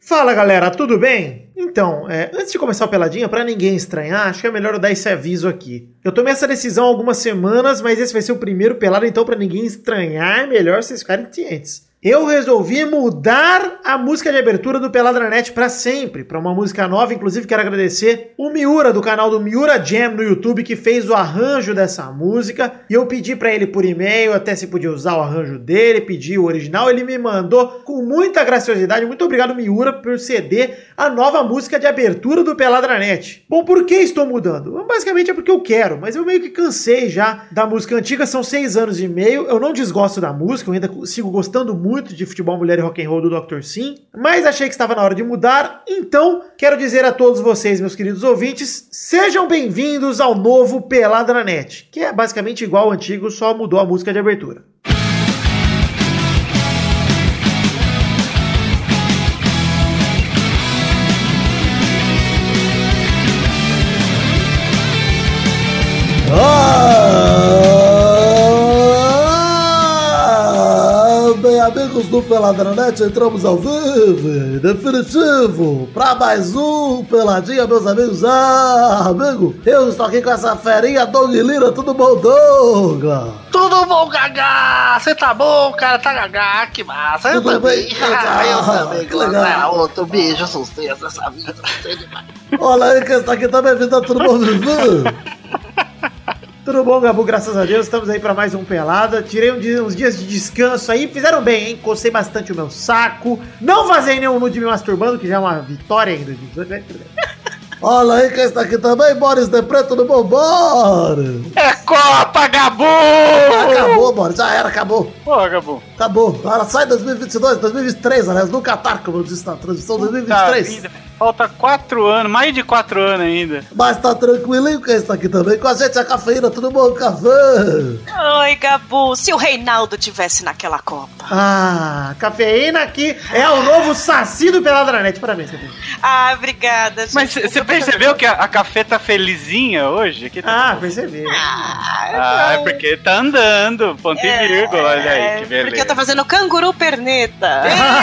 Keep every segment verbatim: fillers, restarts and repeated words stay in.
Fala galera, tudo bem? Então, é, antes de começar o Peladinha, pra ninguém estranhar, acho que é melhor eu dar esse aviso aqui. Eu tomei essa decisão há algumas semanas, mas esse vai ser o primeiro Pelado, então pra ninguém estranhar, é melhor vocês ficarem cientes. Eu resolvi mudar a música de abertura do Peladranet pra sempre, pra uma música nova. Inclusive quero agradecer o Miura, do canal do Miura Jam no YouTube, que fez o arranjo dessa música. E eu pedi pra ele por e-mail, até se podia usar o arranjo dele, pedi o original. Ele me mandou com muita graciosidade. Muito obrigado, Miura, por ceder a nova música de abertura do Peladranet. Bom, por que estou mudando? Basicamente é porque eu quero, mas eu meio que cansei já da música antiga. São seis anos e meio, eu não desgosto da música, eu ainda sigo gostando muito muito de futebol, mulher e rock and roll do doutor Sim, mas achei que estava na hora de mudar, então quero dizer a todos vocês, meus queridos ouvintes, sejam bem-vindos ao novo Peladranet, que é basicamente igual ao antigo, só mudou a música de abertura. Amigos do Peladranet, entramos ao vivo, definitivo, pra mais um Peladinha, meus amigos. Ah, amigo, eu estou aqui com essa ferinha, Doug Lira, tudo bom, Douglas? Tudo bom, Gagá? Você tá bom, cara? Tá Gagá? Que massa. Eu tudo também. Bem? Ah, eu ah, também, que legal. Ah, outro beijo, sucesso essa vida. Olha aí, quem está aqui também, vida, tudo bom, Vivi? Tudo bom, Gabu? Graças a Deus, estamos aí para mais um Pelada. Tirei um dia, uns dias de descanso aí, fizeram bem, hein? Cocei bastante o meu saco. Não vazei nenhum nude me masturbando, que já é uma vitória ainda. Olha aí quem está aqui também, Boris de Preto do Bom Boris. É Copa, Gabu! Acabou, Boris, já era, acabou. Pô, Gabu. Acabou. Agora sai dois mil e vinte e dois, dois mil e vinte e três, aliás, no Catar, como eu disse na transmissão, dois mil e vinte e três. Vida. Falta quatro anos, mais de quatro anos ainda. Mas tá tranquilinho quem está aqui também com a gente, a Cafeína, tudo bom, Café? Oi, Gabu, se o Reinaldo tivesse naquela Copa. Ah, Cafeína aqui é o novo Saci do Peladranet, parabéns, Cafeína. Ah, obrigada, gente. Mas você percebeu que a, a Café tá felizinha hoje? Que tá... Ah, percebi. Ah, ah, é porque tá andando, ponto é, e vírgula, olha aí, que beleza. Porque eu tô fazendo canguru perneta.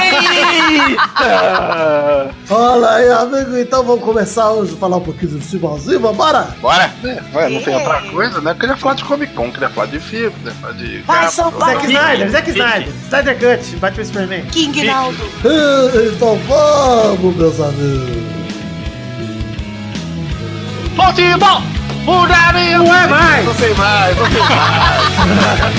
Eita! Olha aí, amigo, então vamos começar hoje a falar um pouquinho de futebolzinho, vambora? Bora? É, não tem outra coisa, né? Eu queria falar de Comic Con, queria falar de filme, queria falar de... Vai, São Paulo! Zack Snyder, Zack Snyder, Snyder Cut, Batman Superman. King Naldo. Então vamos, meus amigos. Futebol! Mudaria! Não é mais! Não sei mais, não sei mais.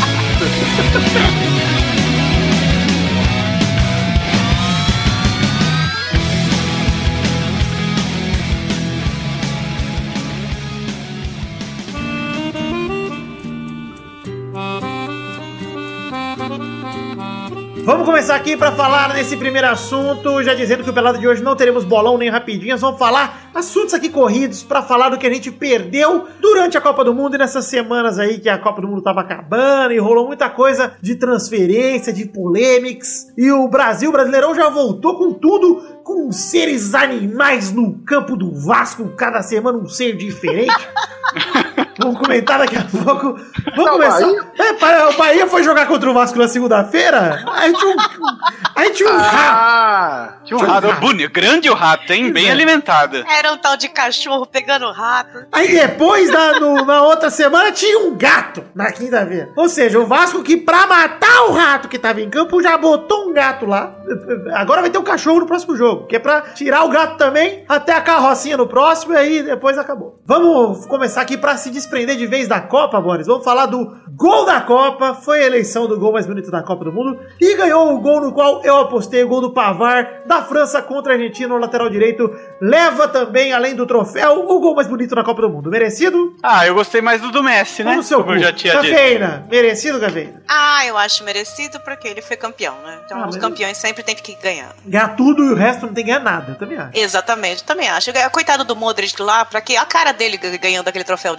Vamos começar aqui para falar nesse primeiro assunto, já dizendo que o Pelado de hoje não teremos bolão nem rapidinhas, vamos falar assuntos aqui corridos para falar do que a gente perdeu durante a Copa do Mundo e nessas semanas aí que a Copa do Mundo tava acabando e rolou muita coisa de transferência, de polêmicas, e o Brasil, o Brasileirão já voltou com tudo, com seres animais no campo do Vasco, cada semana um ser diferente. Vamos comentar daqui a pouco. Vamos não, começar. É, o Bahia foi jogar contra o Vasco na segunda-feira. Aí tinha um, aí tinha um ah, rato. Tinha um rato. rato. Bonito, grande o rato, hein? Bem é. alimentado. Era um tal de cachorro pegando rato. Aí depois, na, no, na outra semana, tinha um gato na quinta-feira. Ou seja, o Vasco que pra matar o rato que tava em campo já botou um gato lá. Agora vai ter um cachorro no próximo jogo, que é pra tirar o gato também, até a carrocinha no próximo e aí depois acabou. Vamos começar aqui pra se desprender de vez da Copa, Boris. Vamos falar do gol da Copa. Foi a eleição do gol mais bonito da Copa do Mundo e ganhou o gol no qual eu apostei, o gol do Pavard da França contra a Argentina no lateral direito. Leva também, além do troféu, o gol mais bonito da Copa do Mundo. Merecido? Ah, eu gostei mais do do Messi, né? Como seu Como eu já tinha Cafeína, dito. Merecido, Cafeína? Ah, eu acho merecido porque ele foi campeão, né? Então ah, os campeões sempre tem que ganhar. Ganhar tudo e o resto não tem que ganhar nada, eu também acho. Exatamente, eu também acho. Coitado do Modric lá, pra que a cara dele ganhando aquele troféu de Boston.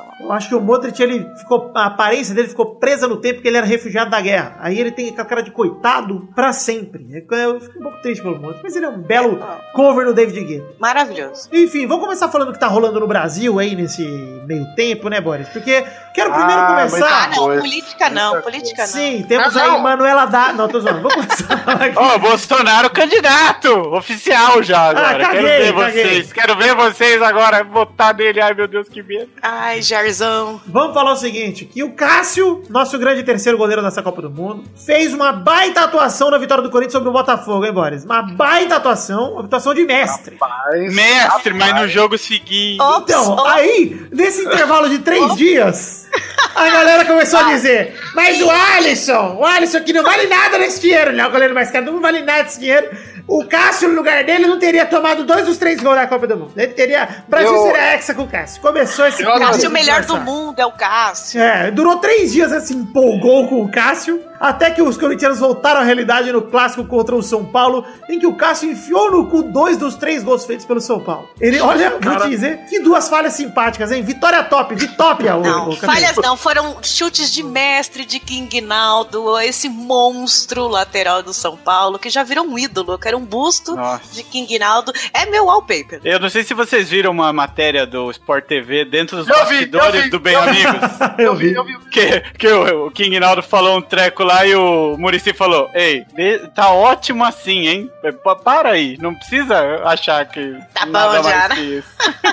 lá. Eu acho que o Modric, ele ficou, a aparência dele ficou presa no tempo que ele era refugiado da guerra. Aí ele tem aquela cara de coitado pra sempre. Eu fico um pouco triste pelo Modric, mas ele é um belo cover no David Guetta. Maravilhoso. Enfim, vamos começar falando o que tá rolando no Brasil aí nesse meio tempo, né, Boris? Porque quero primeiro Ah, começar... Ah, não, Pois. política não, política não. Sim, temos Ah, aí não. Manuela da... Não, tô zoando. Vamos começar a falar aqui. Ó, Bolsonaro candidato! Oficial já agora. caguei, quero ver caguei. vocês. Quero ver vocês agora votar nele. Ai, meu Deus, que medo. Ai, Jairzão. Vamos falar o seguinte, que o Cássio, nosso grande terceiro goleiro dessa Copa do Mundo, fez uma baita atuação na vitória do Corinthians sobre o Botafogo, hein, Boris? Uma baita atuação, uma atuação de mestre. Mas, Mestre, mas no jogo seguinte... Ops, Então, ops. aí, nesse intervalo de três dias, a galera começou a dizer, mas o Alisson, o Alisson que não vale nada nesse dinheiro, ele é o goleiro mais caro, não vale nada desse dinheiro. O Cássio, no lugar dele, não teria tomado dois dos três gols da Copa do Mundo. Ele teria... O Brasil Eu- seria hexa com o Cássio. Começou esse... Eu- clima Cássio, de o melhor do conversar. mundo é o Cássio. É, durou três dias, assim, empolgou com o Cássio, até que os corintianos voltaram à realidade no clássico contra o São Paulo, em que o Cássio enfiou no cu dois dos três gols feitos pelo São Paulo. Ele, olha, vou te dizer, que duas falhas simpáticas, hein? Vitória top, vitópia. o- Não, o Camilo. falhas não, foram chutes de mestre de King Naldo, esse monstro lateral do São Paulo, que já virou um ídolo, que era um busto Nossa. de King Naldo. É meu wallpaper. Eu não sei se vocês viram uma matéria do Sport T V dentro dos Eu vi, bastidores eu vi, do Bem eu vi. Amigos. eu vi, eu vi. Que, que o, o King Naldo falou um treco lá e o Muricy falou: Ei, de- tá ótimo assim, hein? Pa- Para aí, não precisa achar que. Tá bom nada já, mais né? que isso.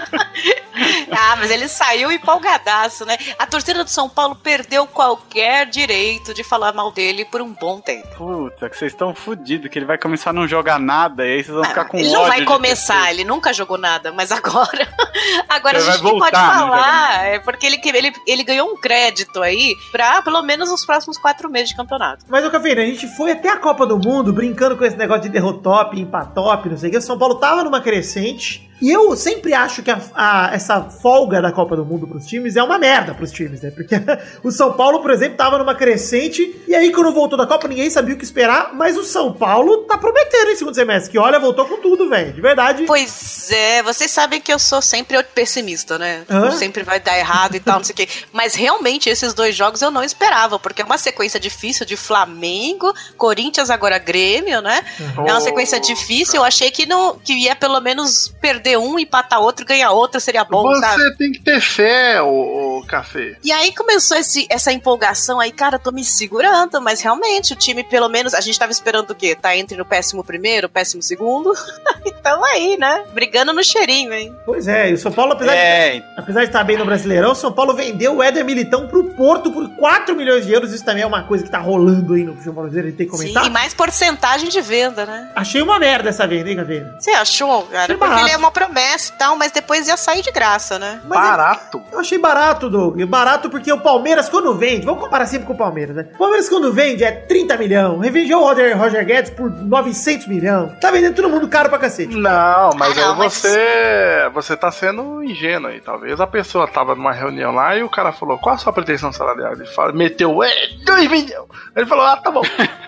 Ah, mas ele saiu empolgadaço, né? A torcida do São Paulo perdeu qualquer direito de falar mal dele por um bom tempo. Puta, que vocês estão fodidos, que ele vai começar a não jogar nada e aí vocês vão ficar com ele ódio. não vai de começar, ter ele nunca jogou nada, mas agora agora Ele a vai gente nem pode voltar, né, falar, é porque ele, ele, ele ganhou um crédito aí pra pelo menos os próximos quatro meses de campeonato. Mas, ô Cafeína, a gente foi até a Copa do Mundo brincando com esse negócio de derrotop, empatop, não sei o que. O São Paulo tava numa crescente. E eu sempre acho que a, a- essa folga da Copa do Mundo pros times é uma merda pros times, né? Porque o São Paulo, por exemplo, tava numa crescente. E aí, quando voltou da Copa, ninguém sabia o que esperar. Mas o São Paulo tá prometendo em segundo semestre. Que olha, voltou com tudo, velho. De verdade. Pois é, vocês sabem que eu sou sempre pessimista, né? Hã? Sempre vai dar errado e tal, não sei o quê. Mas realmente esses dois jogos eu não esperava, porque é uma sequência difícil de Flamengo, Corinthians, agora Grêmio, né? É uma sequência difícil. Eu achei que, não, que ia pelo menos perder um, empatar outro, ganhar outro, seria bom, Você sabe? tem que ter fé, ô, ô Café. E aí começou esse, essa empolgação aí, cara, eu tô me segurando, mas realmente o time, pelo menos, a gente tava esperando o quê? Tá entre o péssimo primeiro, o péssimo segundo? Então aí, né? Brigando no cheirinho, hein? Pois é, e o São Paulo, apesar, É, de, apesar de estar bem no Brasileirão, o São Paulo vendeu o Éder Militão pro Porto por quatro milhões de euros. Isso também é uma coisa que tá rolando aí no futebol brasileiro, a gente tem que comentar. Sim, e mais porcentagem de venda, né? Achei uma merda essa venda, hein, Cafeína? Você achou, cara? Achei Porque barato. ele é uma promessa e tal, mas depois ia sair de graça, né? Mas é- Barato. eu achei barato, Doug. Barato porque o Palmeiras, quando vende, vamos comparar sempre com o Palmeiras, né? O Palmeiras, quando vende, é trinta milhões. Revendeu o Roger, Roger Guedes por novecentos milhões. Tá vendendo todo mundo caro pra cacete. Não, mas Ah, não, aí mas- você, você tá sendo ingênuo aí. Talvez a pessoa tava numa reunião lá e o cara falou: qual a sua pretensão salarial? Ele fala, meteu, é, dois milhões. Ele falou: ah, tá bom.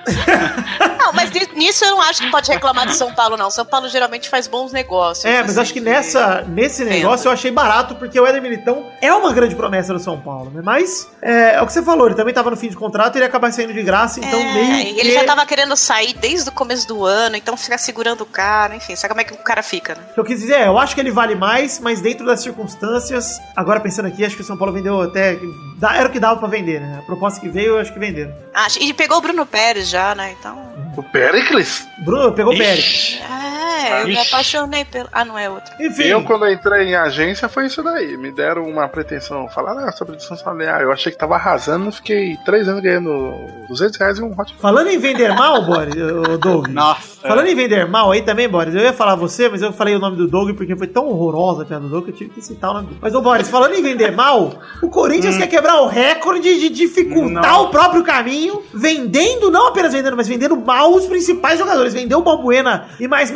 Não, mas ni- nisso eu não acho que pode reclamar de São Paulo, não. São Paulo geralmente faz bons negócios. É, mas assim, acho que de- nessa, nesse venda. negócio eu achei barato, porque o Éder Militão é uma grande promessa do São Paulo, né? Mas é, é o que você falou, ele também tava no fim de contrato e ele ia acabar saindo de graça, então É, meio ele que... já tava querendo sair desde o começo do ano, então ficar segurando o cara, enfim, sabe como é que o cara fica, né? O que eu quis dizer é, eu acho que ele vale mais, mas dentro das circunstâncias, agora pensando aqui, acho que o São Paulo vendeu até... dá- Era o que dava pra vender, né? A proposta que veio, eu acho que venderam. Ah, e pegou o Bruno Pérez já, né? Então. O Pericles? Bruno, pegou o Ixi. Pérez. É, eu me Ixi. apaixonei pelo. Ah, não é outro. Enfim, Eu, quando eu entrei em agência, foi isso daí. Me deram uma pretensão. Falaram, ah, sua pretensão salarial. Eu achei que tava arrasando, fiquei três anos ganhando duzentos reais e um hot. falando em vender mal, Boris, ô, Doug... Nossa. Falando em vender mal aí também, Boris, eu ia falar você, mas eu falei o nome do Doug porque foi tão horrorosa a piada do Doug que eu tive que citar o nome dele. Mas, ô Boris, falando em vender mal, o Corinthians quer quebrar o recorde de dificultar Não. o próprio caminho, vendendo, não apenas vendendo, mas vendendo mal os principais jogadores. Vendeu o Balbuena e mais metade do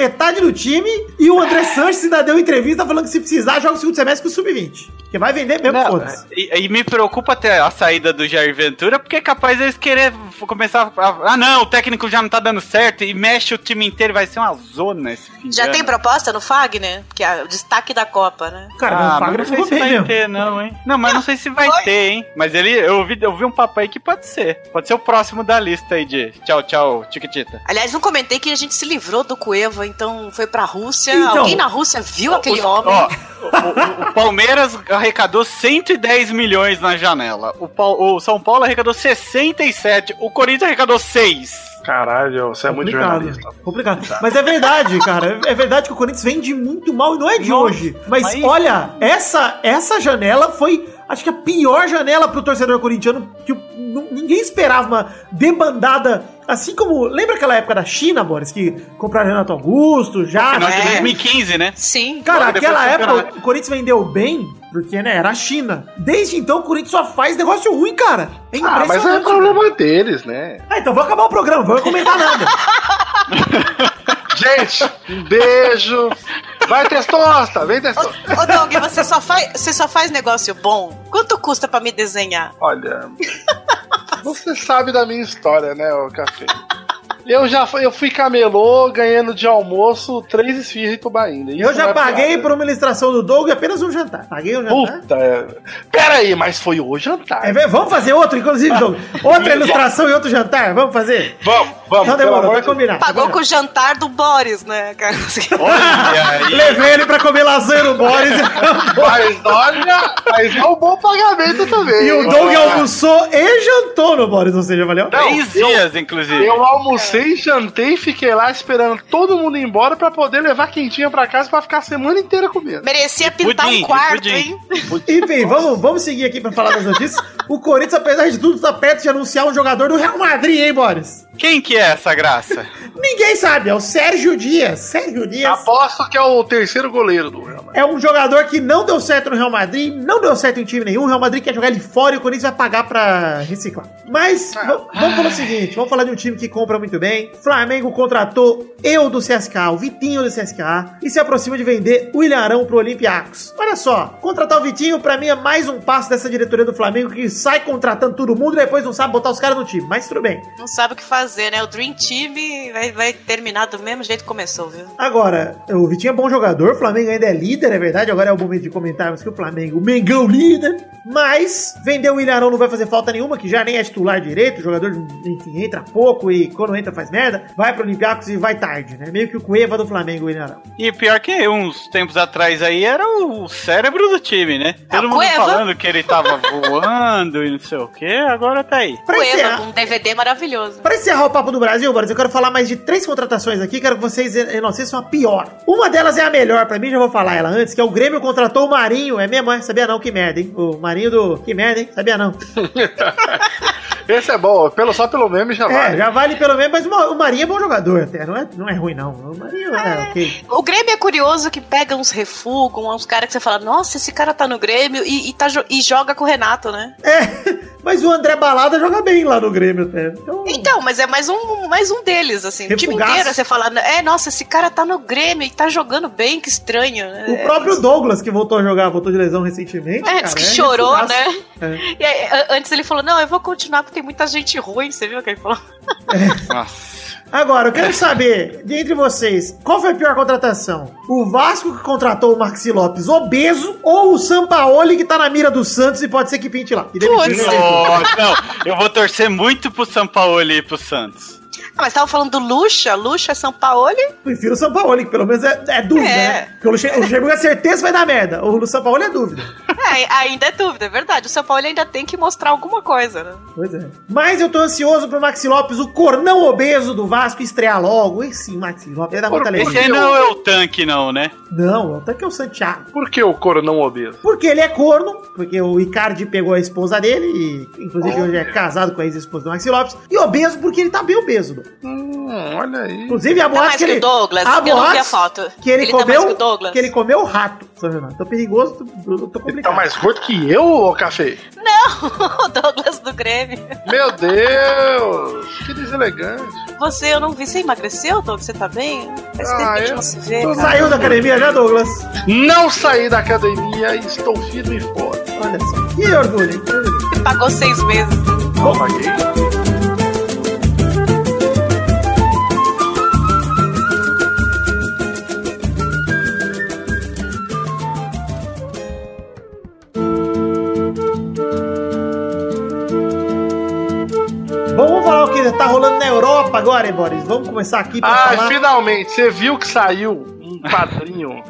do time e o André Sanches ainda deu entrevista falando que se precisar joga o segundo semestre com o sub vinte. Que vai vender mesmo, foda-se. E, e me preocupa até a saída do Jair Ventura, porque é capaz eles querer começar a... Ah, não, o técnico já não tá dando certo e mexe o time inteiro, vai ser uma zona esse fim Já tem proposta no Fagner? Que é o destaque da Copa, né? Cara, ah, o Fagner não sei se vai mesmo. ter, não, hein? Não, mas não sei se vai ter, hein? Mas ele, eu vi, eu vi um papo aí que pode ser. Pode ser o próximo da lista aí de tchau, tchau, Chiquitita. Aliás, não comentei que a gente se livrou do Cueva, então foi pra Rússia. Então, Alguém na Rússia viu aquele os, homem? Ó, o, o, o Palmeiras arrecadou cento e dez milhões na janela. O, o São Paulo arrecadou sessenta e sete. O Corinthians arrecadou seis. Caralho, você é muito jornalista. Complicado. Mas é verdade, cara. É verdade que o Corinthians vende muito mal e não é de Nossa, hoje. Mas aí... olha, essa, essa janela foi, acho que a pior janela pro torcedor corintiano, que ninguém esperava uma debandada. Assim como, lembra aquela época da China, Boris, que compraram Renato Augusto, já... Final de é. dois mil e quinze, né? Sim. Cara, Logo aquela depois do época campeonato. o Corinthians vendeu bem, porque, né, era a China. Desde então o Corinthians só faz negócio ruim, cara. É Ah, mas é problema deles, né? Ah, então vou acabar o programa, não vou comentar nada. Gente, um beijo. Vai, Testosta, vem, Testosta. Ô, ô Doug, você só, faz, você só faz negócio bom? Quanto custa pra me desenhar? Olha, você sabe da minha história, né, ô Café? Eu já fui, eu fui camelô ganhando de almoço três esfirras em Tubaína. Eu já é paguei piada. por uma ilustração do Doug apenas um jantar. Paguei um jantar. Puta, é... Pera aí, mas foi o jantar. É, vamos fazer outro, inclusive, Doug. Outra ilustração e outro jantar? Vamos fazer? Vamos, vamos. Então pelo demorou, amor vai de combinar. Pagou tá com o jantar do Boris, né, cara? Olha aí. Levei ele pra comer lasanha no Boris. Mas olha, mas é um bom pagamento também. E o hein? Doug almoçou e jantou no Boris, ou seja, valeu? Não, Três eu- dias, inclusive. Eu almocei, jantei, fiquei lá esperando todo mundo ir embora pra poder levar quentinha pra casa pra ficar a semana inteira comendo. Merecia pintar Pudim, um quarto, pudim. hein? Enfim, vamos, vamos seguir aqui pra falar das notícias. O Corinthians, apesar de tudo, tá perto de anunciar um jogador do Real Madrid, hein, Boris? Quem que é essa graça? Ninguém sabe, é o Sérgio Dias. Sérgio Dias Aposto que é o terceiro goleiro do Real Madrid. é um jogador que não deu certo no Real Madrid, não deu certo em time nenhum. O Real Madrid quer jogar ele fora e o Corinthians vai pagar pra reciclar. Mas v- vamos falar o seguinte, vamos falar de um time que compra muito bem. Flamengo contratou eu do C S K A, o Vitinho do C S K A, e se aproxima de vender o Ilharão pro Olympiacos. Olha só, contratar o Vitinho pra mim é mais um passo dessa diretoria do Flamengo que sai contratando todo mundo e depois não sabe botar os caras no time. Mas tudo bem. Não sabe o que fazer, né? O Dream Team vai, vai terminar do mesmo jeito que começou, viu? Agora, o Vitinho é bom jogador, o Flamengo ainda é líder, é verdade. Agora é o momento de comentarmos que o Flamengo, o Mengão líder, mas vender o Ilharão não vai fazer falta nenhuma, que já nem é titular direito, o jogador, enfim, entra pouco e quando entra faz merda, vai pro Olympiacos e vai tarde, né? Meio que o Cueva do Flamengo, o Ilharão. E pior que uns tempos atrás aí era o cérebro do time, né? É, Todo o mundo Cueva. falando que ele tava voando e não sei o que, agora tá aí. Pra Cueva, encerrar, com um D V D maravilhoso. pra encerrar o Papo do Brasil, Boris, eu quero falar mais de três contratações aqui, quero que vocês enunciem a pior. Uma delas é a melhor, pra mim, já vou falar ela antes, que é o Grêmio contratou o Marinho, é mesmo, é? Sabia não, que merda, hein? O Marinho do... Que merda, hein? Sabia não. Esse é bom, pelo, só pelo meme já É, vale. já vale pelo menos, mas o Ma- o Marinho é bom jogador até, não é, não é ruim não. O Marinho é, ok. O Grêmio é curioso que pega uns refugos, uns caras que você fala, nossa, esse cara tá no Grêmio e, e, tá, jo- e joga com o Renato, né? É, mas o André Balada joga bem lá no Grêmio até. Então, Então, mas é mais um, mais um deles, assim. O time Refugaço. inteiro você fala, é, nossa, esse cara tá no Grêmio e tá jogando bem, que estranho. né? o próprio Douglas, que voltou a jogar, voltou de lesão recentemente. É, cara, diz que chorou, refugaço. né? É. E aí, a- antes ele falou, não, eu vou continuar porque tem muita gente ruim, você viu o que ele falou? Nossa. Agora, eu quero saber, de entre vocês, qual foi a pior contratação? O Vasco que contratou o Maxi Lopes obeso ou o Sampaoli que tá na mira do Santos e pode ser que pinte lá? E demitiu Putz. ele. Nossa, não, eu vou torcer muito pro São Paulo e pro Santos. Ah, mas tava falando do Lucha, Lucha é São Paulo. Prefiro o Sampaoli, que pelo menos é, é dúvida, É. né? Porque o Luxe- o Luxemburgo é certeza que vai dar merda. O Sampaoli é dúvida. É, ainda é dúvida, é verdade. O São Paulo ainda tem que mostrar alguma coisa, né? Pois é. Mas eu tô ansioso pro Maxi Lopes, o cornão obeso do Vasco, estrear logo. Esse Maxi Lopes ia dar muita Por- Esse alegria. aí não é o tanque, não, né? Não, até que é o Santiago. Por que o couro não obeso? Porque ele é corno, porque o Icardi pegou a esposa dele, e inclusive Olha. hoje é casado com a ex-esposa do Maxi Lopes. E obeso porque ele tá bem obeso. Mano. Hum, olha aí. Inclusive, a Tá mais boate que que ele... o Douglas? a Eu não vi a boate foto. que ele, Ele tá comeu, mais que o Douglas? que ele comeu o rato, São Renato. Tô perigoso, tô, tô complicado. Ele tá mais gordo que eu, ô Café? Não, o Douglas do Grêmio. Meu Deus, que deselegante. Você, eu não vi. Você emagreceu, Douglas? Você tá bem? Faz tempo Ah, que a gente eu não se vê, Tu cara. saiu da academia já, Douglas? Não saí da academia e estou firme e forte. Olha só. Que orgulho, hein? Que orgulho. Você pagou seis meses. Não paguei. Bom, vamos falar o que tá rolando na Europa agora, hein, Boris? Vamos começar aqui pra Ah, falar... finalmente, você viu que saiu um padrinho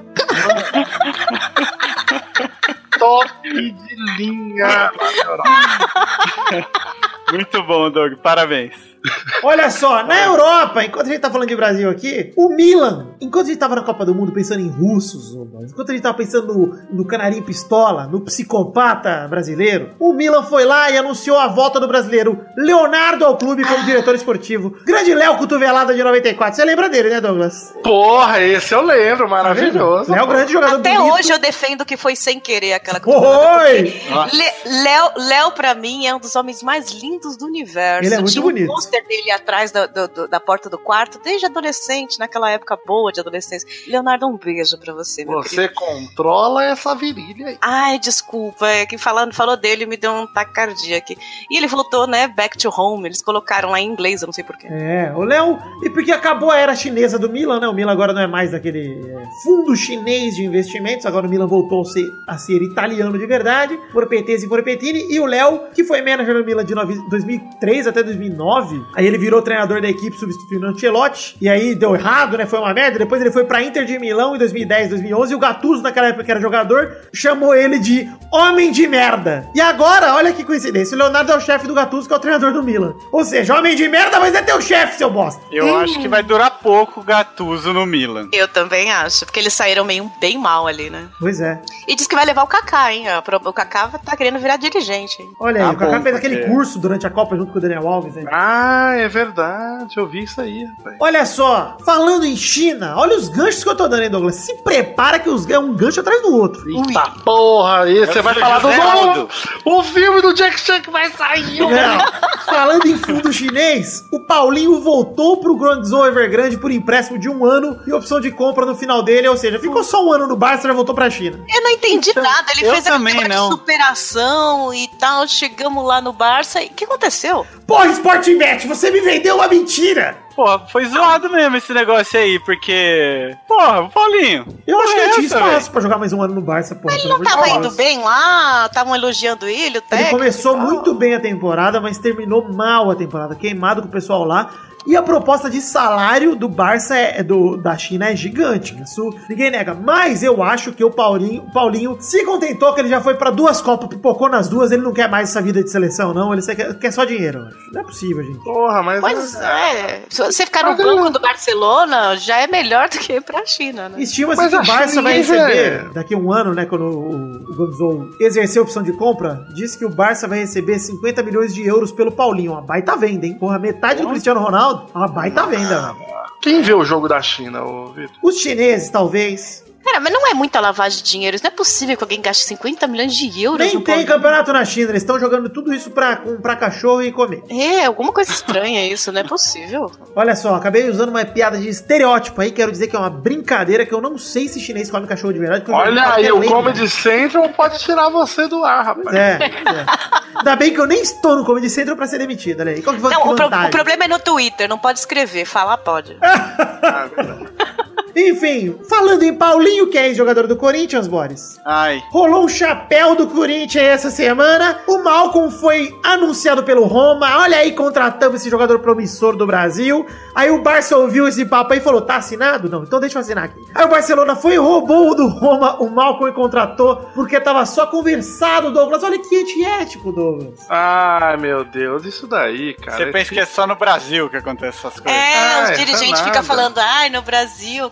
top de linha lá na Europa. Muito bom, Doug. Parabéns. Olha só, na Europa, enquanto a gente tá falando de Brasil aqui, o Milan, enquanto a gente tava na Copa do Mundo pensando em russos, enquanto a gente tava pensando no, no canarinho pistola, no psicopata brasileiro, o Milan foi lá e anunciou a volta do brasileiro Leonardo ao clube como diretor esportivo. Grande Léo Cotovelada de noventa e quatro. Você lembra dele, né, Douglas? Porra, esse eu lembro, maravilhoso. Léo, grande jogador Até bonito. hoje eu defendo que foi sem querer aquela Oi! Le- Léo, Léo, pra mim, é um dos homens mais lindos do universo. Ele é muito Tinha bonito. um pôster dele atrás do- do- do- da porta do quarto, desde adolescente, naquela época boa de adolescência. Leonardo, um beijo pra você, meu Você querido. controla essa virilha aí. Ai, desculpa, é que falando, falou dele me deu um taquicardia aqui. E ele voltou, né, back to home, eles colocaram lá em inglês, eu não sei porquê. É, o Léo, e porque acabou a era chinesa do Milan, né? O Milan agora não é mais daquele é, fundo chinês de investimentos, agora o Milan voltou a ser, a ser italiano de verdade, Porpetesi e Porpetini, e o Léo, que foi manager do Milan de nove- dois mil e três até dois mil e nove, aí ele virou treinador da equipe substituindo o Ancelotti, e aí deu errado, né? Foi uma merda, depois ele foi pra Inter de Milão em dois mil e dez, dois mil e onze, e o Gattuso, naquela época que era jogador, chamou ele de homem de merda. E agora, olha que coincidência, o Leonardo é o chefe do Gattuso, que é o treinador do Milan. Ou seja, homem de merda, mas é teu chefe, seu bosta. Eu acho que vai durar pouco o Gattuso no Milan. Eu também acho, porque eles saíram meio bem mal ali, né? Pois é. E diz que vai levar o Kaká, hein? O Kaká tá querendo virar dirigente, hein? Olha aí, Tá o Kaká bom, fez aquele porque- curso durante a Copa junto com o Daniel Alves, né? Ah, é verdade, eu vi isso aí, rapaz. Olha só, falando em China, olha os ganchos que eu tô dando, hein, Douglas? Se prepara que os gan- um gancho atrás do outro. Eita porra, aí você Eu vai sou falar do José novo. Aldo. O filme do Jack Chan que vai sair. Não. Falando em fundo chinês, o Paulinho voltou pro Guangzhou Evergrande por empréstimo de um ano e opção de compra no final dele, ou seja, ficou só um ano no Barça e já voltou pra China. Eu não entendi nada. Ele eu fez também aquela não. superação e tal. Chegamos lá no Barça. E o que aconteceu? Porra, Sportingbet, você me vendeu uma mentira! Pô, foi zoado mesmo esse negócio aí, porque... Porra, o Paulinho. Eu acho que ele tinha essa, espaço pra jogar mais um ano no Barça, porra. Ele pelo não amor de tava Deus. indo bem lá? Estavam elogiando ele, o Ele técnico? começou e tal. muito bem a temporada, mas terminou mal a temporada, queimado com o pessoal lá. E a proposta de salário do Barça é, é do, da China é gigante. Isso ninguém nega. Mas eu acho que o Paulinho, o Paulinho se contentou que ele já foi pra duas Copas, pipocou nas duas, ele não quer mais essa vida de seleção, não. Ele só quer, quer só dinheiro, eu acho. Não é possível, gente. Porra, mas. Pois é. Se você ficar no Mas banco ele- do Barcelona, já é melhor do que ir pra China, né? Estima-se Mas que o a Barça vai China receber, é- daqui a um ano, né, quando o, o Guangzhou exercer a opção de compra, diz que o Barça vai receber cinquenta milhões de euros pelo Paulinho. Uma baita venda, hein? Porra, metade do Cristiano Ronaldo, uma baita venda, velho. Quem vê o jogo da China, ô Vitor? Os chineses, talvez. Cara, mas não é muita lavagem de dinheiro. Isso não é possível que alguém gaste cinquenta milhões de euros Nem no tem Paulinho. campeonato na China, eles estão jogando tudo isso pra comprar cachorro e comer. É, alguma coisa estranha isso, não é possível. Olha só, acabei usando uma piada de estereótipo aí, quero dizer que é uma brincadeira que eu não sei se chinês come cachorro de verdade. porque eu já Olha vi aí, qualquer o lenda. Comedy Central pode tirar você do ar, rapaz. É, é. Ainda bem que eu nem estou no Comedy Central pra ser demitido, olha aí. Qual que foi Não, que o, pro- vantagem? o problema é no Twitter, não pode escrever, falar pode. Ah, é verdade. Enfim, falando em Paulinho, que é ex-jogador do Corinthians, Boris. Ai. Rolou um chapéu do Corinthians essa semana. O Malcolm foi anunciado pelo Roma. Olha aí, contratamos esse jogador promissor do Brasil. Aí o Barça ouviu esse papo aí e falou: tá assinado? Não, então deixa eu assinar aqui. Aí o Barcelona foi e roubou o do Roma, o Malcolm, e contratou porque tava só conversado, Douglas. Olha que antiético, Douglas. Ai, meu Deus, isso daí, cara. Você pensa que é só no Brasil que acontece essas coisas. É, Ah, os é dirigentes nada. ficam falando, ai, no Brasil, que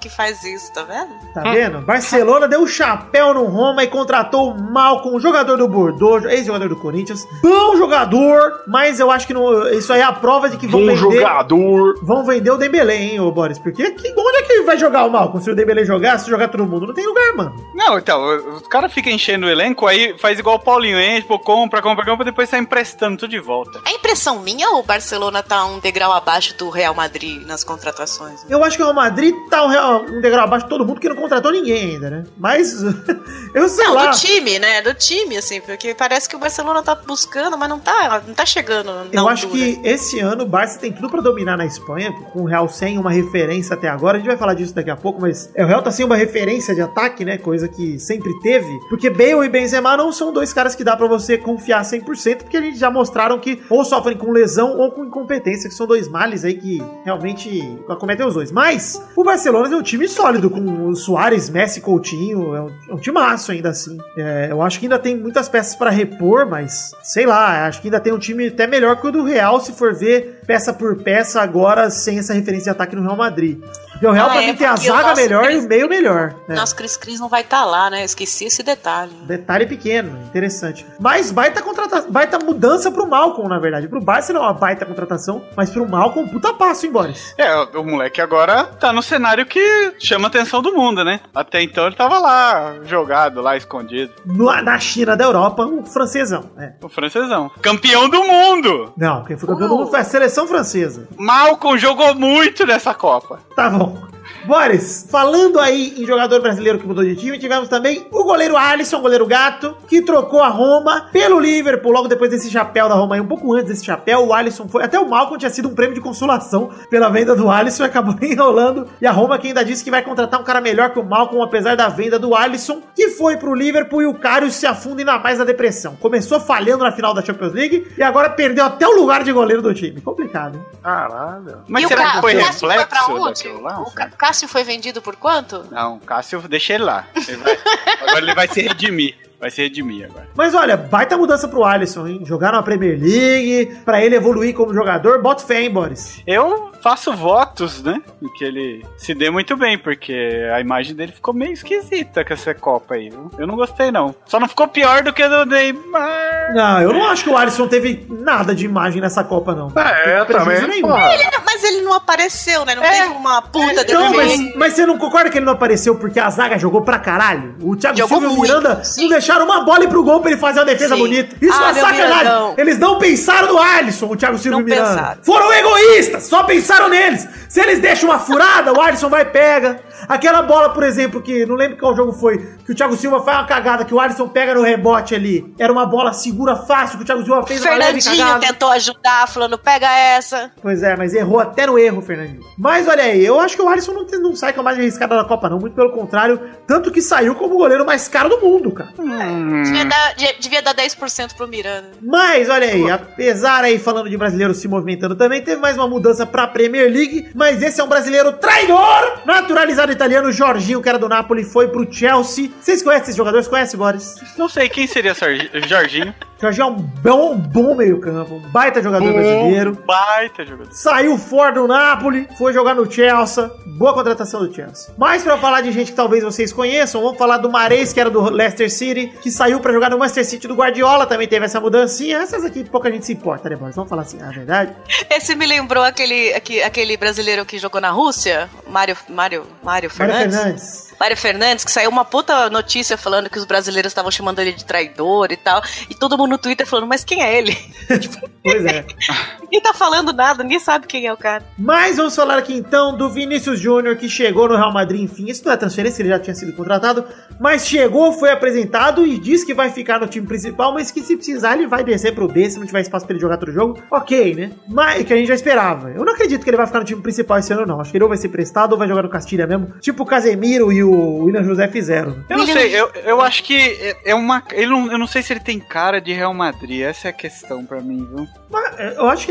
que faz isso, tá vendo? Tá vendo? Barcelona deu um chapéu no Roma e contratou o Malcom, jogador do Bordeaux, ex-jogador do Corinthians. Bom jogador, mas eu acho que não, isso aí é a prova de que vão Bom vender... jogador. Vão vender o Dembélé, hein, ô Boris? Porque que, onde é que vai jogar o Malcom? Se o Dembélé jogar, se jogar todo mundo, não tem lugar, mano. Não, então, os caras ficam enchendo o elenco, aí faz igual o Paulinho, enche, pô, compra, compra, compra, depois sai emprestando tudo de volta. É impressão minha ou o Barcelona tá um degrau abaixo do Real Madrid nas contratações? Eu acho que o Real Madrid tá um, real, um degrau abaixo de todo mundo, que não contratou ninguém ainda, né? Mas, eu sei não, lá. Não, do time, né? Do time, assim, porque parece que o Barcelona tá buscando, mas não tá, não tá chegando. Eu acho que esse ano o Barça tem tudo pra dominar na Espanha, com o Real sem uma referência até agora. A gente vai falar disso daqui a pouco, mas o Real tá sem uma referência de ataque, né? Coisa que sempre teve. Porque Bale e Benzema não são dois caras que dá pra você confiar cem por cento, porque a gente já mostraram que ou sofrem com lesão ou com incompetência, que são dois males aí que realmente acometem os dois. Mas o Barcelona é um time sólido, com o Suárez, Messi, Coutinho, é um, é um timaço ainda assim. É, eu acho que ainda tem muitas peças pra repor, mas sei lá, acho que ainda tem um time até melhor que o do Real, se for ver peça por peça agora, sem essa referência de ataque no Real Madrid. Porque o Real ah, pra é, mim tem a zaga melhor Chris, e o meio melhor. Né? Nosso Cris Cris não vai estar tá lá, né? Eu esqueci esse detalhe. Detalhe pequeno, interessante. Mas baita, contrata- baita mudança pro Malcom, na verdade. Pro Barça não é uma baita contratação, mas pro Malcom, puta passo, hein, Boris? É, o, o moleque agora tá no cenário que chama a atenção do mundo, né? Até então ele tava lá, jogado, lá, escondido. No, na China da Europa, o francesão. É. O francesão. Campeão do mundo! Não, quem foi campeão uh. do mundo foi a seleção francesa. Malcom jogou muito nessa Copa. Tá bom. Boris, falando aí em jogador brasileiro que mudou de time, tivemos também o goleiro Alisson, goleiro gato, que trocou a Roma pelo Liverpool, logo depois desse chapéu da Roma, aí um pouco antes desse chapéu, o Alisson foi, até o Malcom tinha sido um prêmio de consolação pela venda do Alisson e acabou enrolando, e a Roma que ainda disse que vai contratar um cara melhor que o Malcom, apesar da venda do Alisson, que foi pro Liverpool e o Karius se afunda ainda mais na depressão. Começou falhando na final da Champions League e agora perdeu até o lugar de goleiro do time. Complicado, hein? Caralho. Mas e será que foi reflexo daquilo lá? O Cássio foi vendido por quanto? Não, Cássio, deixa ele lá. Ele vai, agora ele vai se redimir. Vai se redimir agora. Mas olha, baita mudança pro Alisson, hein? Jogar na Premier League, pra ele evoluir como jogador, bota fé, hein, Boris? Eu faço votos, né? Que ele se dê muito bem, porque a imagem dele ficou meio esquisita com essa Copa aí, viu? Eu não gostei, não. Só não ficou pior do que a do Neymar. Não, eu não acho que o Alisson teve nada de imagem nessa Copa, não. É, eu também. Ele não, mas ele não apareceu, né? Não é. teve uma puta de Não, mas, mas você não concorda que ele não apareceu porque a zaga jogou pra caralho? O Thiago jogou Silva e o Miranda sim. não deixaram uma bola ir pro gol pra ele fazer uma defesa sim. bonita. Isso ah, é sacanagem. Mirandão. Eles não pensaram no Alisson, o Thiago Silva e o Miranda. Pensaram. Foram egoístas, só pensaram neles. Se eles deixam uma furada, o Alisson vai e pega. Aquela bola, por exemplo, que não lembro qual jogo foi, que o Thiago Silva faz uma cagada, que o Alisson pega no rebote ali. Era uma bola segura fácil, que o Thiago Silva fez uma leve cagada. Fernandinho tentou ajudar, falando, pega essa. Pois é, mas errou até no erro, Fernandinho. Mas olha aí, eu acho que o Alisson não, tem, não sai com a mais arriscada da Copa, não. Muito pelo contrário, tanto que saiu como o goleiro mais caro do mundo, cara. Hum. Devia, dar, devia dar dez por cento pro Miranda. Mas olha aí, apesar aí, falando de brasileiro se movimentando também, teve mais uma mudança pra Premier League, mas esse é um brasileiro traidor, naturalizado italiano, Jorginho, que era do Napoli, foi pro Chelsea. Vocês conhecem esses jogadores? Conhecem, Boris? Não sei, quem seria Jorginho? Jorginho é um bom, um bom meio campo, um baita jogador bom, brasileiro. Baita jogador. Saiu fora do Napoli, foi jogar no Chelsea. Boa contratação do Chelsea. Mas pra falar de gente que talvez vocês conheçam, vamos falar do Mahrez, que era do Leicester City, que saiu pra jogar no Manchester City do Guardiola, também teve essa mudancinha. Essas aqui pouca gente se importa, né, Boris? Vamos falar assim, a verdade. Esse me lembrou aquele, aquele, aquele brasileiro que jogou na Rússia, Mário, Mário, Mário Fernandes. Mário Fernandes. Mário Fernandes, que saiu uma puta notícia falando que os brasileiros estavam chamando ele de traidor e tal, e todo mundo no Twitter falando, mas quem é ele? Pois é. Ninguém tá falando nada, ninguém sabe quem é o cara. Mas vamos falar aqui então do Vinícius Júnior, que chegou no Real Madrid, enfim, isso não é transferência, ele já tinha sido contratado, mas chegou, foi apresentado e disse que vai ficar no time principal, mas que se precisar ele vai descer pro B, se não tiver espaço pra ele jogar todo jogo, ok, né? Mas que a gente já esperava. Eu não acredito que ele vai ficar no time principal esse ano, não. Acho que ele ou vai ser prestado ou vai jogar no Castilha mesmo, tipo o Casemiro e o William José fizeram. Eu não sei, eu, eu acho que é, é uma... Ele não, eu não sei se ele tem cara de Real Madrid, essa é a questão pra mim, viu? Mas eu acho que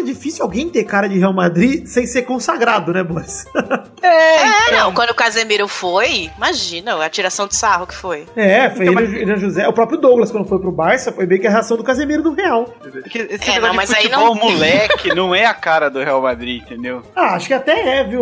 difícil alguém ter cara de Real Madrid sem ser consagrado, né, Boris? É, é, não, quando o Casemiro foi, imagina a tiração de sarro que foi. É, foi então, ele, mas... José, o próprio Douglas, quando foi pro Barça, foi bem que a reação do Casemiro do Real. Porque esse é, negócio não, mas de futebol aí não... moleque não é a cara do Real Madrid, entendeu? Ah, acho que até é, viu,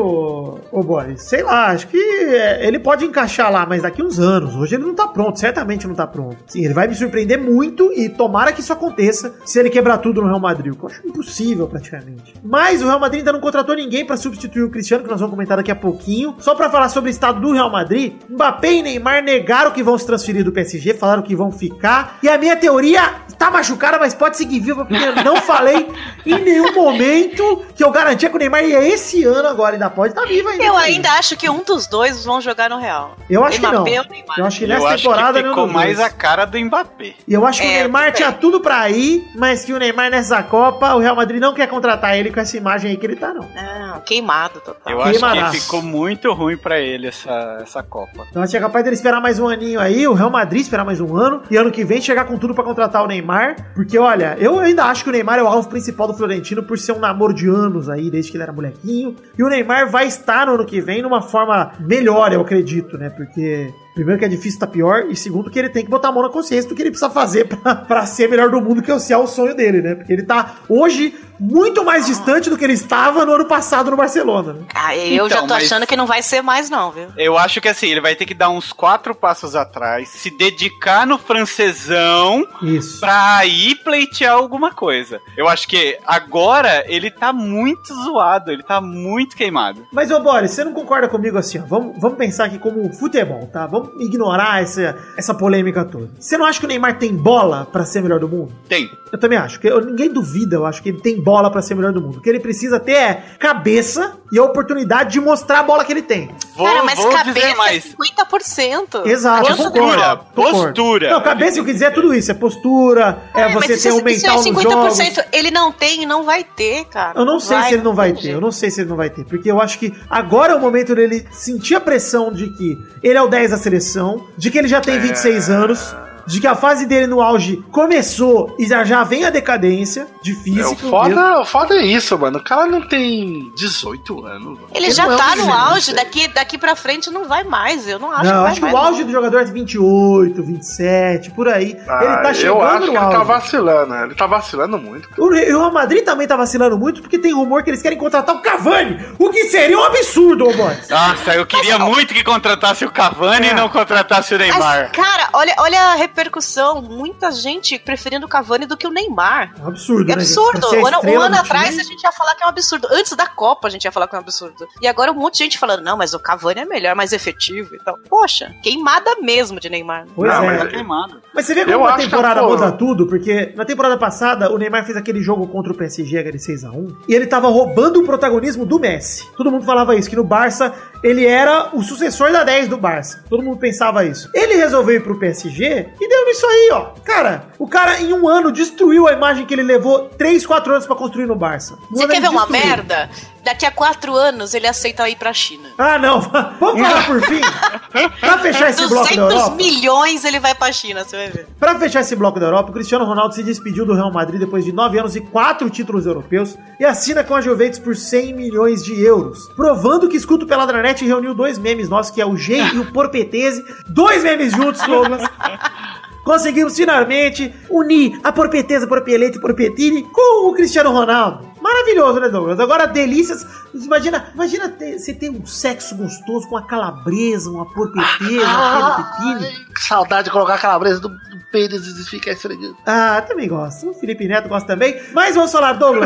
ô Boris? Sei lá, acho que é, ele pode encaixar lá, mas daqui uns anos. Hoje ele não tá pronto, certamente não tá pronto. Sim, ele vai me surpreender muito e tomara que isso aconteça se ele quebrar tudo no Real Madrid, que eu acho impossível praticamente. Mas o Real Madrid ainda não contratou ninguém pra substituir o Cristiano, que nós vamos comentar daqui a pouquinho. Só pra falar sobre o estado do Real Madrid, Mbappé e Neymar negaram que vão se transferir do P S G, falaram que vão ficar. E a minha teoria tá machucada, mas pode seguir viva, porque eu não falei em nenhum momento que eu garantia que o Neymar ia esse ano agora, ainda pode estar tá vivo ainda. Eu ainda acho que um dos dois vão jogar no Real. Eu acho Mbappé que não. Ou Neymar. Eu acho que nessa eu acho temporada que ficou não mais a cara do Mbappé. E eu acho que é, o Neymar também. tinha tudo pra ir, mas que o Neymar nessa Copa, o Real Madrid não quer contratar ele com essa imagem aí que ele tá, não. Não, queimado total. Eu acho Queimadaço. que ficou muito ruim pra ele essa, essa Copa. Então acho que é capaz dele esperar mais um aninho aí, o Real Madrid esperar mais um ano, e ano que vem chegar com tudo pra contratar o Neymar, porque olha, eu ainda acho que o Neymar é o alvo principal do Florentino por ser um namoro de anos aí, desde que ele era molequinho, e o Neymar vai estar no ano que vem numa forma melhor, eu acredito, né, porque... Primeiro que é difícil, tá pior. E segundo que ele tem que botar a mão na consciência do que ele precisa fazer pra, pra ser melhor do mundo, que é o sonho dele, né? Porque ele tá hoje muito mais distante do que ele estava no ano passado no Barcelona, né? Ah, eu Então, já tô mas- achando que não vai ser mais não, viu? Eu acho que assim, ele vai ter que dar uns quatro passos atrás, se dedicar no francesão Isso. pra aí pleitear alguma coisa. Eu acho que agora ele tá muito zoado, ele tá muito queimado. Mas, ô Boris, você não concorda comigo assim, ó? Vamos, vamos pensar aqui como futebol, tá? Vamos ignorar essa, essa polêmica toda. Você não acha que o Neymar tem bola pra ser melhor do mundo? Tem. Eu também acho. Que eu- ninguém duvida, eu acho que ele tem bola pra ser melhor do mundo. O que ele precisa ter é cabeça e a oportunidade de mostrar a bola que ele tem. Vou, Cara, mas vou cabeça dizer é mais. cinquenta por cento. Exato, eu Postura, concordo, concordo. postura. Não, cabeça, eu quis dizer, é tudo isso. É postura, é, É, você mas ter isso, um isso mental é nos cinquenta por cento. jogos. Ele não tem e não vai ter, cara. Eu não sei vai, se ele não vai tem ter, jeito. eu não sei se ele não vai ter, porque eu acho que agora é o momento dele sentir a pressão de que ele é o dez da seleção, de que ele já tem vinte e seis anos, de que a fase dele no auge começou e já, já vem a decadência de É, o, físico. foda, o foda é isso, mano. O cara não tem dezoito anos. Mano. Ele já não é um tá no menino, auge, sei. daqui, daqui pra frente não vai mais. Eu não acho Não, que eu vai acho que mais. o auge não. do jogador é vinte e oito, vinte e sete, por aí. Ah, ele tá chegando eu acho no que ele auge. tá vacilando, né? Ele tá vacilando muito. O Real Madrid também tá vacilando muito porque tem rumor que eles querem contratar o Cavani, o que seria um absurdo, ô Boris. Nossa, eu queria muito que contratasse o Cavani É. e não contratasse o Mas, Neymar. cara, olha, olha a repercussão. Muita gente preferindo o Cavani do que o Neymar. É um absurdo, É né? absurdo. Pra ser a Um ano, um estrela ano do atrás time. a gente ia falar que é um absurdo. Antes da Copa a gente ia falar que é um absurdo. E agora um monte de gente falando, não, mas o Cavani é melhor, mais efetivo e tal. Poxa, queimada mesmo de Neymar. Pois Não, é. mas- Tá queimado. Mas você vê Eu como a acho que temporada a porra- muda tudo, porque na temporada passada o Neymar fez aquele jogo contra o P S G, aquele seis a um, e ele tava roubando o protagonismo do Messi. Todo mundo falava isso, que no Barça ele era o sucessor da dez do Barça. Todo mundo pensava isso. Ele resolveu ir pro P S G e deu nisso aí, ó. Cara, o cara em um ano destruiu a imagem que ele levou três, quatro anos pra construir no Barça. Um Você ano quer ele ver uma destruiu. merda? Daqui a quatro anos ele aceita ir pra China. Ah, não. Vamos falar por fim. Pra fechar esse bloco da duzentos Europa. milhões ele vai pra China, você vai ver. Pra fechar esse bloco da Europa, o Cristiano Ronaldo se despediu do Real Madrid depois de nove anos e quatro títulos europeus e assina com a Juventus por cem milhões de euros, provando que escuta o Peladranet e reuniu dois memes nossos, que é o G e o Porpetese, dois memes juntos, Douglas. Conseguimos finalmente unir a Porpeteza, Porpelete e Porpetini com o Cristiano Ronaldo. Maravilhoso, né, Douglas? Agora, delícias. Imagina, imagina ter, você ter um sexo gostoso com uma calabresa, uma porpeteza, uma porpetine. Ai, que saudade de colocar a calabresa do, do pênis e ficar esfregando. Ah, também gosto. O Felipe Neto gosta também. Mas vamos falar, Douglas.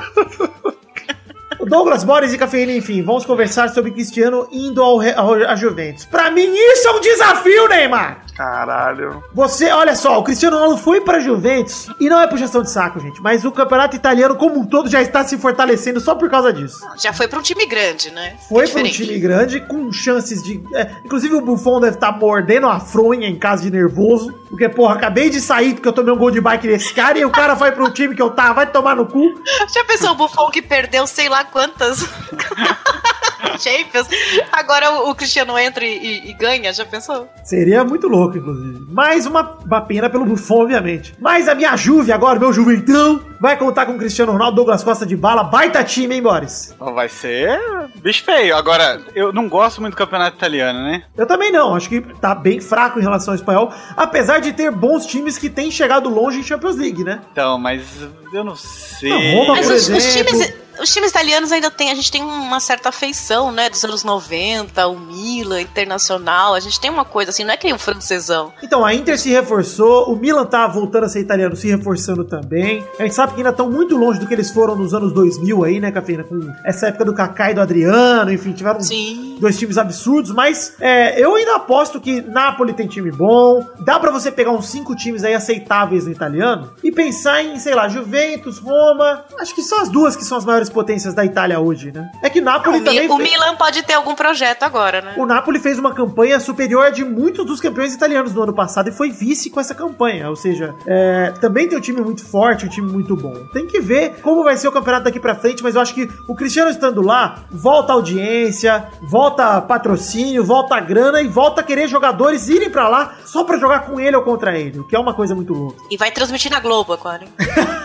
O Douglas, Boris e Cafeína, enfim, vamos conversar sobre Cristiano indo ao, Re- ao a Juventus. Pra mim, isso é um desafio, Neymar! Caralho. Você, olha só, o Cristiano Ronaldo foi pra Juventus, e não é puxação de saco, gente, mas o campeonato italiano como um todo já está se fortalecendo só por causa disso. Já foi pra um time grande, né? Foi É pra um diferente. time grande, com chances de... é, inclusive o Buffon deve estar mordendo a fronha em caso de nervoso, porque, porra, acabei de sair porque eu tomei um gol de bike desse cara, e o cara vai pro time que eu tava, vai tomar no cu. Já pensou o Buffon que perdeu sei lá quantas? Champions, agora o, o Cristiano entra e, e, e ganha, já pensou? Seria muito louco, inclusive. Mais uma, uma pena pelo Buffon, obviamente. Mas a minha Juve agora, meu Juventão, vai contar com o Cristiano Ronaldo, Douglas Costa de Bala, baita time, hein, Boris? Vai ser bicho feio. Agora, eu não gosto muito do campeonato italiano, né? Eu também não, acho que tá bem fraco em relação ao espanhol, apesar de ter bons times que têm chegado longe em Champions League, né? Então, mas eu não sei. Não, Roma, mas por os, exemplo... os times... Os times italianos ainda tem, a gente tem uma certa afeição, né, dos anos noventa, o Milan, Internacional, a gente tem uma coisa assim, não é que nem o francesão. Então, a Inter se reforçou, o Milan tá voltando a ser italiano, se reforçando também. A gente sabe que ainda estão muito longe do que eles foram nos anos dois mil aí, né, Cafeína, com essa época do Kaká e do Adriano, enfim, tiveram Sim. dois times absurdos, mas é, eu ainda aposto que Napoli tem time bom, dá pra você pegar uns cinco times aí aceitáveis no italiano e pensar em, sei lá, Juventus, Roma, acho que são as duas que são as maiores potências da Itália hoje, né? É que Napoli não, também... O fez... Milan pode ter algum projeto agora, né? O Napoli fez uma campanha superior a de muitos dos campeões italianos no ano passado e foi vice com essa campanha, ou seja, é... também tem um time muito forte, um time muito bom. Tem que ver como vai ser o campeonato daqui pra frente, mas eu acho que o Cristiano estando lá, volta a audiência, volta patrocínio, volta a grana e volta a querer jogadores irem pra lá só pra jogar com ele ou contra ele, o que é uma coisa muito louca. E vai transmitir na Globo agora, hein?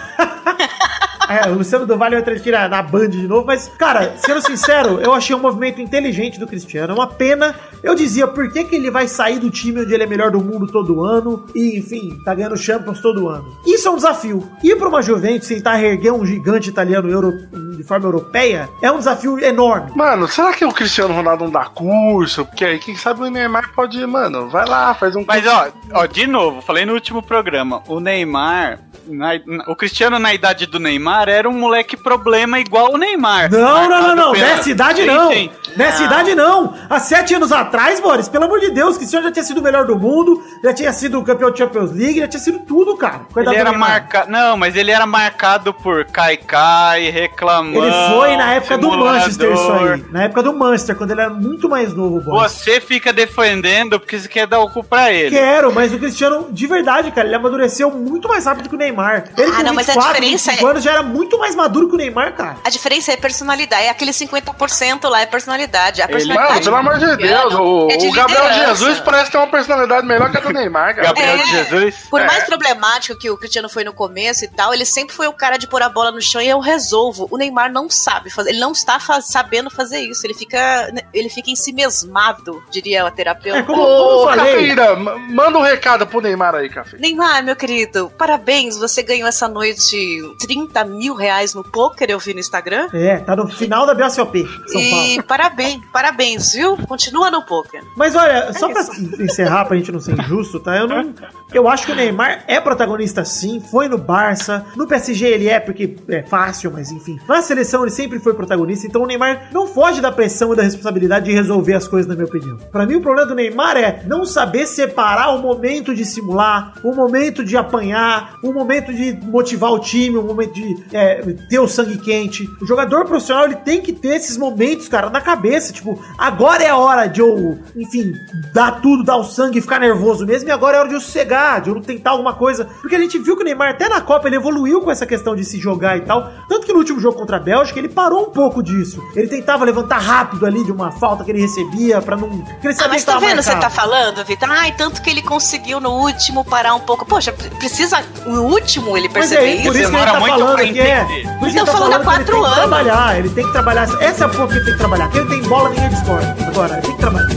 É, o Luciano do Vale vai transmitir na, na Band de novo, mas, cara, sendo sincero, eu achei um movimento inteligente do Cristiano, é uma pena. Eu dizia, por que que ele vai sair do time onde ele é melhor do mundo todo ano e, enfim, tá ganhando Champions todo ano? Isso é um desafio. Ir pra uma Juventus tentar reerguer um gigante italiano euro, de forma europeia é um desafio enorme. Mano, será que o Cristiano Ronaldo não dá curso? Porque aí, quem sabe o Neymar pode, mano, vai lá, faz um curso. Mas, ó, ó, de novo, falei no último programa, o Neymar... Na, na, o Cristiano na idade do Neymar era um moleque problema igual o Neymar. Não, não, não, não. Pela... Nessa idade não. Sim, sim. Nessa idade não. Há sete anos atrás, Boris, pelo amor de Deus, o Cristiano já tinha sido o melhor do mundo, já tinha sido campeão de Champions League, já tinha sido tudo, cara. Ele era marcado. Não, mas ele era marcado por Kaikai, reclamando. Ele foi na época simulador. do Manchester, isso aí. Na época do Manchester, quando ele era muito mais novo, Boris. Você fica defendendo porque você quer dar o cu pra ele. Quero, mas o Cristiano, de verdade, cara, ele amadureceu muito mais rápido que o Neymar. Ele ah, não, mas a diferença é... anos já era muito mais maduro que o Neymar, cara. A diferença é personalidade, é aquele cinquenta por cento lá, é personalidade. A personalidade Mano, pelo amor de Deus, o, é de o Gabriel Jesus parece ter uma personalidade melhor que a do Neymar, cara. Gabriel é, Jesus. Por é. mais problemático que o Cristiano foi no começo e tal, ele sempre foi o cara de pôr a bola no chão e eu resolvo. O Neymar não sabe fazer, ele não está faz, sabendo fazer isso, ele fica, ele fica ensimesmado, diria a terapeuta. É, como, como Ô, falei... Cafeína, manda um recado pro Neymar aí, Café. Neymar, meu querido, parabéns, você ganhou essa noite trinta mil reais no poker, eu vi no Instagram. É, tá no final da B O C O P, São e Paulo. parabéns, parabéns, viu? Continua no poker. Mas olha, é só isso. pra encerrar, pra gente não ser injusto, tá? Eu não... Eu acho que o Neymar é protagonista sim, foi no Barça, no P S G ele é porque é fácil, mas enfim. Na seleção ele sempre foi protagonista, então o Neymar não foge da pressão e da responsabilidade de resolver as coisas, na minha opinião. Pra mim o problema do Neymar é não saber separar o momento de simular, o momento de apanhar, o momento de motivar o time, o momento de é, ter o sangue quente. O jogador profissional ele tem que ter esses momentos, cara, na cabeça, tipo, agora é a hora de eu, enfim, dar tudo, dar o sangue e ficar nervoso mesmo, e agora é a hora de eu sossegar, de eu tentar alguma coisa, porque a gente viu que o Neymar até na Copa ele evoluiu com essa questão de se jogar e tal, tanto que no último jogo contra a Bélgica ele parou um pouco disso, ele tentava levantar rápido ali de uma falta que ele recebia pra não... Ele ah, mas tá vendo, marcado. Você tá falando, Vitor? Ai, tanto que ele conseguiu no último parar um pouco, poxa, precisa no último ele perceber é, isso. Por isso que ele tá falando que é, por isso que ele tá falando há quatro anos. Ele tem que trabalhar, ele tem que trabalhar, essa é a ponto que ele tem que trabalhar, quem tem bola ninguém discorda, agora, ele tem que trabalhar.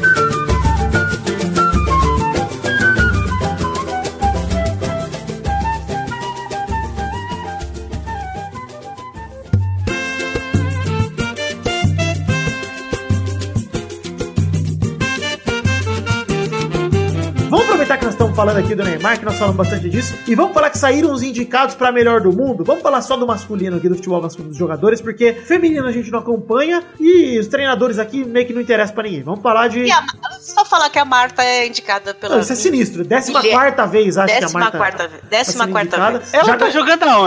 Vamos aproveitar que nós estamos falando aqui do Neymar, que nós falamos bastante disso, e vamos falar que saíram os indicados para melhor do mundo. Vamos falar só do masculino aqui, do futebol masculino dos jogadores, porque feminino a gente não acompanha e os treinadores aqui meio que não interessam para ninguém. Vamos falar de... E a, só falar que a Marta é indicada pela... Não, isso é sinistro. Décima quarta vez, acho décima que a Marta... Quarta, décima tá quarta vez. Ela Já tá jogando aonde?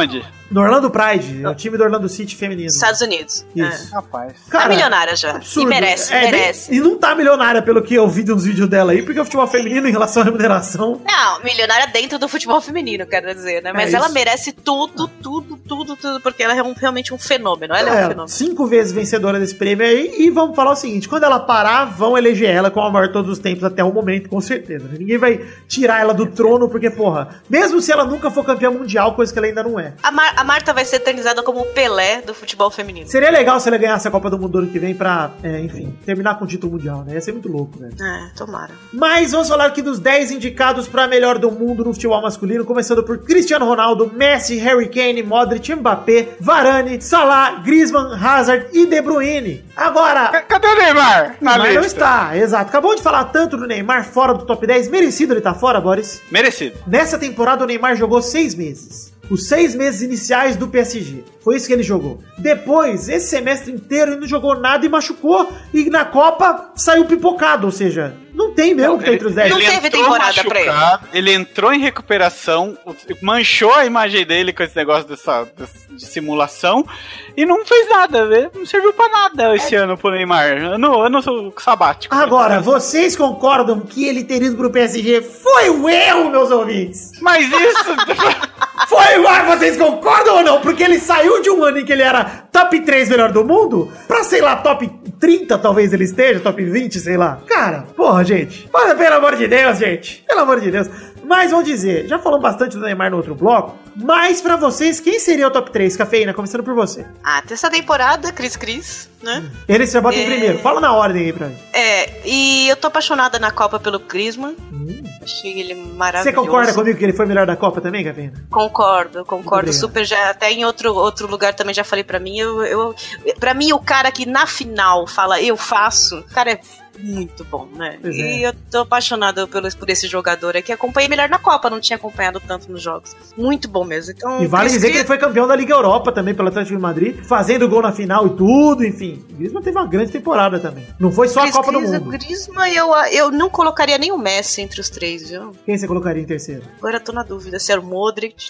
No Orlando Pride, é o time do Orlando City feminino. Estados Unidos. Isso. É. Rapaz. Cara, tá milionária já. Absurdo. E merece, é, merece. Bem, e não tá milionária, pelo que eu vi nos vídeos dela aí, porque o futebol feminino, em relação à remuneração... Não, milionária dentro do futebol feminino, quero dizer, né? Mas é ela merece tudo, tudo, tudo, tudo, porque ela é um, realmente um fenômeno. Ela é, é um fenômeno. Cinco vezes vencedora desse prêmio aí, e vamos falar o seguinte, quando ela parar, vão eleger ela como a maior de todos os tempos até o momento, com certeza. Ninguém vai tirar ela do trono, porque, porra, mesmo se ela nunca for campeã mundial, coisa que ela ainda não é. A, Mar- a Marta vai ser eternizada como o Pelé do futebol feminino. Seria legal se ela ganhasse a Copa do Mundo ano que vem pra, é, enfim, terminar com o título mundial, né? Ia ser muito louco, velho. É, tomara. Mas vamos falar aqui dos dez indicados pra melhor do mundo no futebol masculino, começando por Cristiano Ronaldo, Messi, Harry Kane, Modric, Mbappé, Varane, Salah, Griezmann, Hazard e De Bruyne. Agora... C- cadê o Neymar? Na Neymar lista? não está, exato. Acabou de falar tanto do Neymar fora do top dez, merecido ele tá fora, Boris? Merecido. Nessa temporada o Neymar jogou seis meses. Os seis meses iniciais do P S G. Foi isso que ele jogou. Depois, esse semestre inteiro, ele não jogou nada e machucou. E na Copa saiu pipocado. Ou seja, não tem mesmo não, que tá entre os dez. Não teve temporada pra ele. Ele entrou em recuperação, manchou a imagem dele com esse negócio dessa, dessa de simulação e não fez nada. Não serviu pra nada esse é. ano pro Neymar. Ano, ano sabático. Agora, vocês concordam que ele ter ido pro P S G foi um erro, meus ouvintes? Mas isso... Foi um erro, vocês concordam ou não? Porque ele saiu de um ano em que ele era top três melhor do mundo pra, sei lá, top trinta talvez ele esteja, top vinte, sei lá. Cara, porra, gente. Porra, pelo amor de Deus, gente. Pelo amor de Deus. Mas vamos dizer, já falamos bastante do Neymar no outro bloco, mas pra vocês, quem seria o top três, Cafeína? Começando por você. Ah, dessa temporada, Cris Cris, né? Ele você bota é... em primeiro. Fala na ordem aí pra mim. É, e eu tô apaixonada na Copa pelo Griezmann. Hum. Achei ele maravilhoso. Você concorda comigo que ele foi melhor da Copa também, Cafeína? Concordo, concordo super. Já, até em outro, outro lugar também já falei pra mim. Eu, eu, pra mim, o cara que na final fala eu faço, o cara é muito bom, né? Pois e é. eu tô apaixonada pelo, por esse jogador aqui. Acompanhei melhor na Copa, não tinha acompanhado tanto nos jogos. Muito bom mesmo. Então, e vale dizer que... que ele foi campeão da Liga Europa também pelo Atlético de Madrid, fazendo gol na final e tudo, enfim. O Griezmann teve uma grande temporada também. Não foi só Cris, a Copa Cris, do Mundo. O Griezmann, eu, eu não colocaria nem o Messi entre os três, viu? Quem você colocaria em terceiro? Agora eu tô na dúvida se era o Modric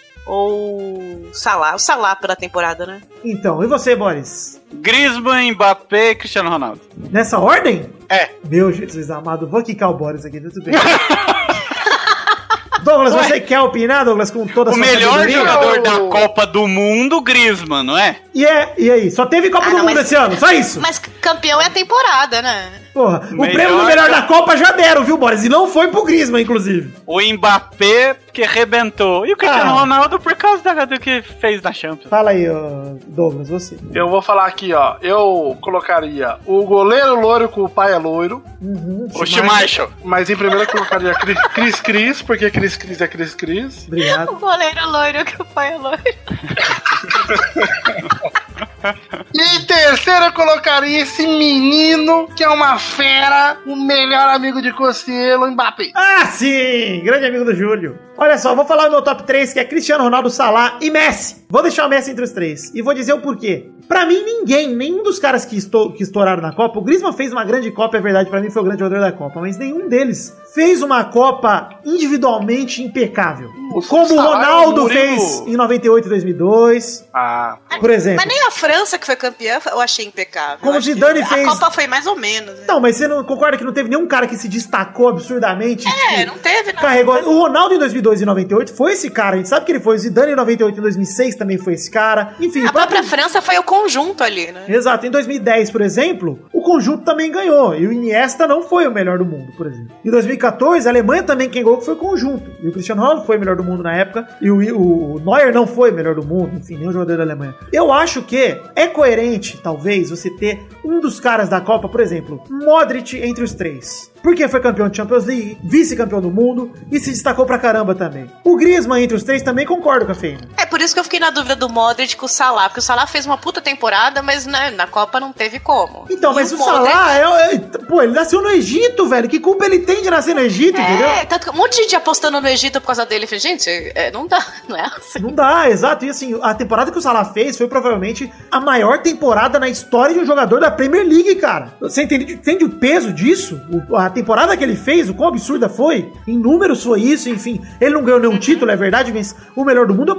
ou o Salah. O Salah pela temporada, né? Então, e você, Boris? Griezmann, Mbappé e Cristiano Ronaldo. Nessa ordem? É. Meu Jesus amado, vou quicar o Boris aqui, tudo bem. Douglas, Ué? Você quer opinar, Douglas, com toda a sua O melhor sabedoria? jogador da Copa do Mundo, Griezmann, não é? E, é, e aí? Só teve Copa ah, do não, Mundo mas, esse ano, só isso? Mas campeão é a temporada, né? Porra, melhor o prêmio do melhor da Copa já deram, viu, Boris? E não foi pro Griezmann, inclusive. O Mbappé, que arrebentou. E o Cristiano ah. Ronaldo, por causa da, do que fez na Champions. Fala aí, ó, Douglas, você. Eu vou falar aqui, ó. Eu colocaria o goleiro loiro com o pai é loiro. Uhum, o Schmeichel. Mas em primeiro eu colocaria Cris Cris, porque Cris Cris é Cris Cris. Obrigado. O goleiro loiro que o pai é loiro. E em terceiro eu colocaria esse menino que é uma fera, o melhor amigo de Cossielo, Mbappé. Ah, sim! Grande amigo do Júlio. Olha só, vou falar do meu top três, que é Cristiano Ronaldo, Salah e Messi. Vou deixar o Messi entre os três. E vou dizer o porquê. Pra mim, ninguém, nenhum dos caras que, estou, que estouraram na Copa, o Griezmann fez uma grande Copa, é verdade, pra mim foi o grande jogador da Copa, mas nenhum deles fez uma Copa individualmente impecável. O como o Ronaldo fez em noventa e oito e dois mil e dois, ah. por exemplo. Mas nem a França, que foi campeã, eu achei impecável. Como o Zidane fez... A Copa foi mais ou menos. Né? Não, mas você não concorda que não teve nenhum cara que se destacou absurdamente? É, tipo, não teve. Não. Carregou... O Ronaldo em dois mil e dois e noventa e oito foi esse cara, a gente sabe que ele foi. O Zidane em noventa e oito e dois mil e seis também foi esse cara. Enfim, a própria França foi o conjunto ali, né? Exato. Em dois mil e dez, por exemplo, o conjunto também ganhou. E o Iniesta não foi o melhor do mundo, por exemplo. Em dois mil e quatorze, a Alemanha também quem ganhou foi o conjunto. E o Cristiano Ronaldo foi o melhor do mundo na época. E o, o Neuer não foi o melhor do mundo. Enfim, nem o jogador da Alemanha. Eu acho que é coerente, talvez, você ter um dos caras da Copa, por exemplo, Modric entre os três. Porque foi campeão de Champions League, vice-campeão do mundo e se destacou pra caramba também. O Griezmann entre os três também concordo com a Feina. É por isso que eu fiquei na dúvida do Modric com o Salah, porque o Salah fez uma puta temporada, mas né, na Copa não teve como. Então, e mas o, o Salah, é, é, pô, ele nasceu no Egito, velho. Que culpa ele tem de nascer no Egito, é, entendeu? É, tanto que um monte de gente apostando no Egito por causa dele. Eu falei, gente, é, não dá, não é assim. Não dá, exato. E assim, a temporada que o Salah fez foi provavelmente a maior temporada na história de um jogador da Premier League, cara. Você entende, entende o peso disso? O, a temporada que ele fez, o quão absurda foi? Em números foi isso, enfim. Ele não ganhou nenhum uhum. título, é verdade, mas o melhor do mundo é o prêmio individual.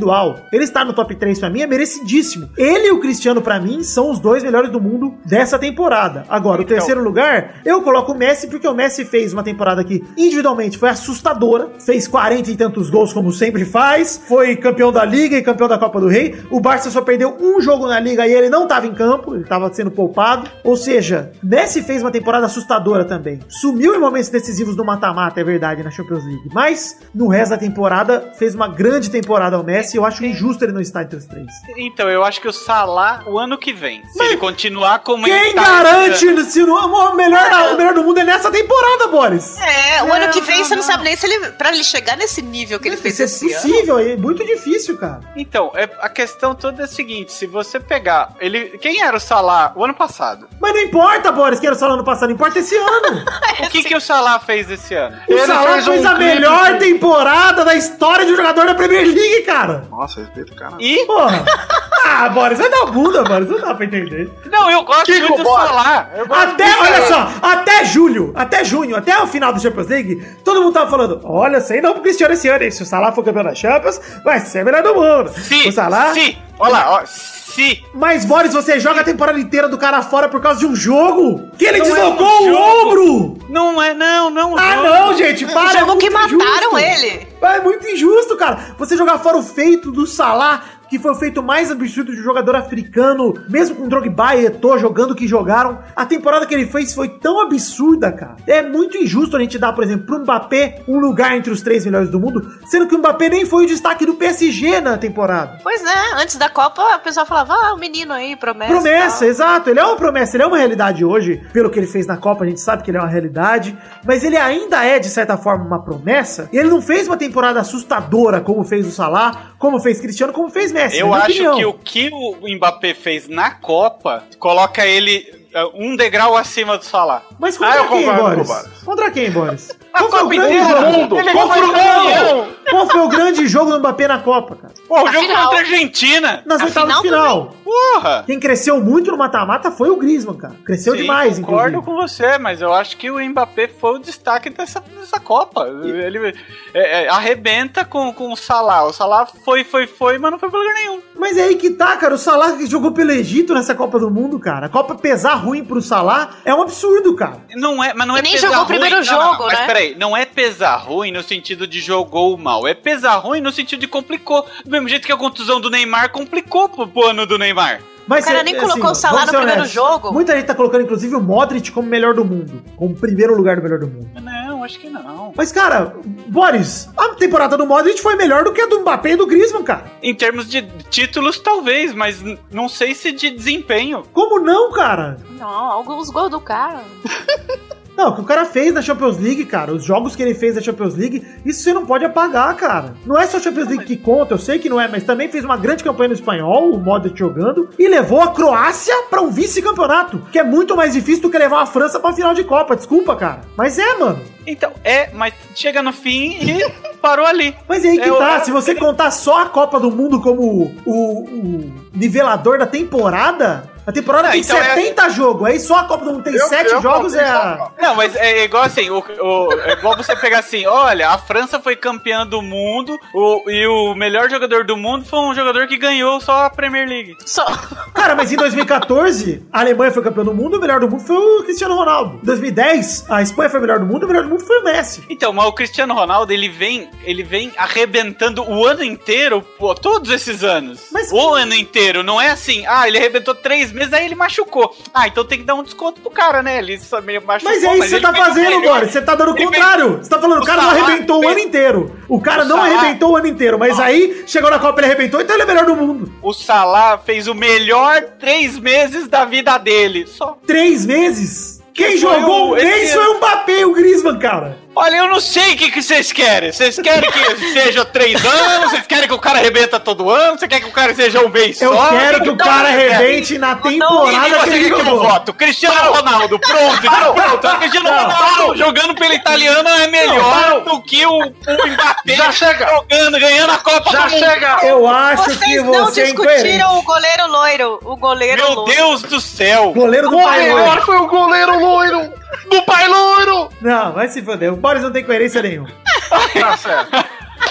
individual, ele está no top três pra mim, é merecidíssimo. Ele e o Cristiano, pra mim, são os dois melhores do mundo dessa temporada. Agora, então, o terceiro lugar, eu coloco o Messi, porque o Messi fez uma temporada que, individualmente, foi assustadora. Fez quarenta e tantos gols, como sempre faz. Foi campeão da Liga e campeão da Copa do Rei. O Barça só perdeu um jogo na Liga e ele não estava em campo, ele estava sendo poupado. Ou seja, Messi fez uma temporada assustadora também. Sumiu em momentos decisivos do mata-mata, é verdade, na Champions League. Mas, no resto da temporada, fez uma grande temporada ao Messi. Eu acho injusto ele não estar entre os três. Então, eu acho que o Salah, o ano que vem, se Mas ele continuar como quem ele tá... garante se no, o, melhor, é. o melhor do mundo é nessa temporada, Boris? É, o é, ano que vem não, você não, não sabe nem se ele... Pra ele chegar nesse nível que ele fez esse ano. É possível, é muito difícil, cara. Então, é, a questão toda é a seguinte, se você pegar... ele Quem era o Salah o ano passado? Mas não importa, Boris, quem era o Salah no passado, importa esse ano. O que, que o Salah fez esse ano? O Ele Salah fez fez um a clipe melhor de- temporada da história de um jogador da Premier League, cara. Nossa, respeito, cara. E... Porra. Ah, Boris, vai dar bunda, Boris, não dá pra entender. Não, eu gosto Kiko muito do Boris. Salah. Eu gosto Até, muito olha do só, até julho, até junho, até o final do Champions League, todo mundo tava falando, olha, sei não pro Cristiano esse ano, hein? Se o Salah for campeão da Champions, vai ser melhor do mundo. Se, o Salah... se, olha lá, ó, se... Mas, Boris, você joga a temporada inteira do cara fora por causa de um jogo que ele Não deslocou é um o jogo. ombro. Não é, não, não. Ah, jogo. não, gente, para. O jogo é muito que mataram injusto. ele. É muito injusto, cara. Você jogar fora o feito do Salah, que foi o feito mais absurdo de um jogador africano, mesmo com Drogba e Eto'o jogando que jogaram. A temporada que ele fez foi tão absurda, cara. É muito injusto a gente dar, por exemplo, pro Mbappé um lugar entre os três melhores do mundo, sendo que o Mbappé nem foi o destaque do P S G na temporada. Pois é, antes da Copa, a pessoa falava, ah, o menino aí, promessa. Promessa, tal. exato. Ele é uma promessa, ele é uma realidade hoje. Pelo que ele fez na Copa, a gente sabe que ele é uma realidade. Mas ele ainda é, de certa forma, uma promessa. E ele não fez uma temporada assustadora como fez o Salah, como fez Cristiano, como fez Messi. Eu na minha acho opinião. que o que o Mbappé fez na Copa coloca ele uh, um degrau acima do Salah. Mas contra Ah, eu quem, concordo com o Boris? Boris. Contra quem, Boris? A Qual foi o Copa grande inteira, jogo? mundo. Ele Qual foi foi o campeão. grande- Qual foi o grande jogo do Mbappé na Copa, cara? Pô, o Na jogo final. contra a Argentina. Nas A oitavas de final final. Porra. Quem cresceu muito no mata-mata foi o Griezmann, cara. Cresceu Sim, demais, concordo inclusive. com você, mas eu acho que o Mbappé foi o destaque dessa, dessa Copa. Ele é, é, arrebenta com, com o Salah. O Salah foi, foi, foi, mas não foi pra lugar nenhum. Mas é aí que tá, cara. O Salah que jogou pelo Egito nessa Copa do Mundo, cara. A Copa pesar ruim pro Salah é um absurdo, cara. Não é, mas não E é nem pesar jogou o ruim. primeiro Não, não, jogo, mas né? peraí, não é pesar ruim no sentido de jogou mal. É pesar ruim no sentido de complicou. Do mesmo jeito que a contusão do Neymar complicou pro, pro ano do Neymar. Mas O cara é- nem é colocou o Salah vamos no ser primeiro honestos. jogo. Muita gente tá colocando, inclusive, o Modric como melhor do mundo. Como primeiro lugar do melhor do mundo. Não, acho que não. Mas, cara, Boris, a temporada do Modric foi melhor do que a do Mbappé e do Griezmann, cara. Em termos de títulos, talvez, mas n- não sei se de desempenho. Como não, cara? Não, alguns gols do cara. Não, o que o cara fez na Champions League, cara, os jogos que ele fez na Champions League, isso você não pode apagar, cara. Não é só a Champions League que conta, eu sei que não é, mas também fez uma grande campanha no espanhol, o Modric jogando, e levou a Croácia pra um vice-campeonato, que é muito mais difícil do que levar a França pra final de Copa, desculpa, cara. Mas é, mano. Então, é, mas chega no fim e parou ali. Mas é aí que É, tá, eu- se você contar só a Copa do Mundo como o, o nivelador da temporada, a temporada Ah, tem então é- setenta jogos, aí só a Copa do Mundo tem Eu- sete eu jogos, contei é só a... Não, mas é igual assim, o, o- é igual você pegar assim, olha, a França foi campeã do mundo o, e o melhor jogador do mundo foi um jogador que ganhou só a Premier League. Só. Cara, mas em dois mil e quatorze, a Alemanha foi campeã do mundo, o melhor do mundo foi o Cristiano Ronaldo. Em dois mil e dez, a Espanha foi o melhor do mundo, o melhor do mundo foi o Messi. Então, mas o Cristiano Ronaldo, ele vem, ele vem arrebentando o ano inteiro, pô, todos esses anos. Mas o ano inteiro, não é assim, ah, ele arrebentou três meses, aí ele machucou. Ah, então tem que dar um desconto pro cara, né? Ele só meio machucou, Mas é isso que você ele tá fez o fazendo, melhor. Boris. Você tá dando o Ele contrário. Você tá falando, o o cara não Salah arrebentou o fez- ano inteiro. O cara O não Salah- arrebentou o ano inteiro, mas aí chegou na Copa, ele arrebentou, então ele é melhor do mundo. O Salah fez o melhor três meses da vida dele. Só. Três meses? Quem Que foi jogou o- um mês esse- foi o Mbappé e o Griezmann, cara. Olha, eu não sei o que que vocês querem. Vocês querem que seja três anos? Vocês querem que o cara arrebenta todo ano? Você quer que o cara seja um mês Eu só? quero que o Então, cara você quer? arrebente na Quem temporada que você ele quer que eu jogou. voto? Cristiano Ronaldo, pronto, então pronto. O Cristiano Não. Ronaldo jogando pelo italiano é melhor do que o, o Mbappé Já chega. jogando, ganhando a Copa Já do Mundo. chega! Eu acho que Vocês não você é incoerente. discutiram o goleiro loiro. O goleiro Meu loiro. Deus do céu. Goleiro do O pai melhor loiro. foi o goleiro loiro! Do pai loiro! Não, vai se foder. O Boris não tem coerência nenhuma. Tá certo.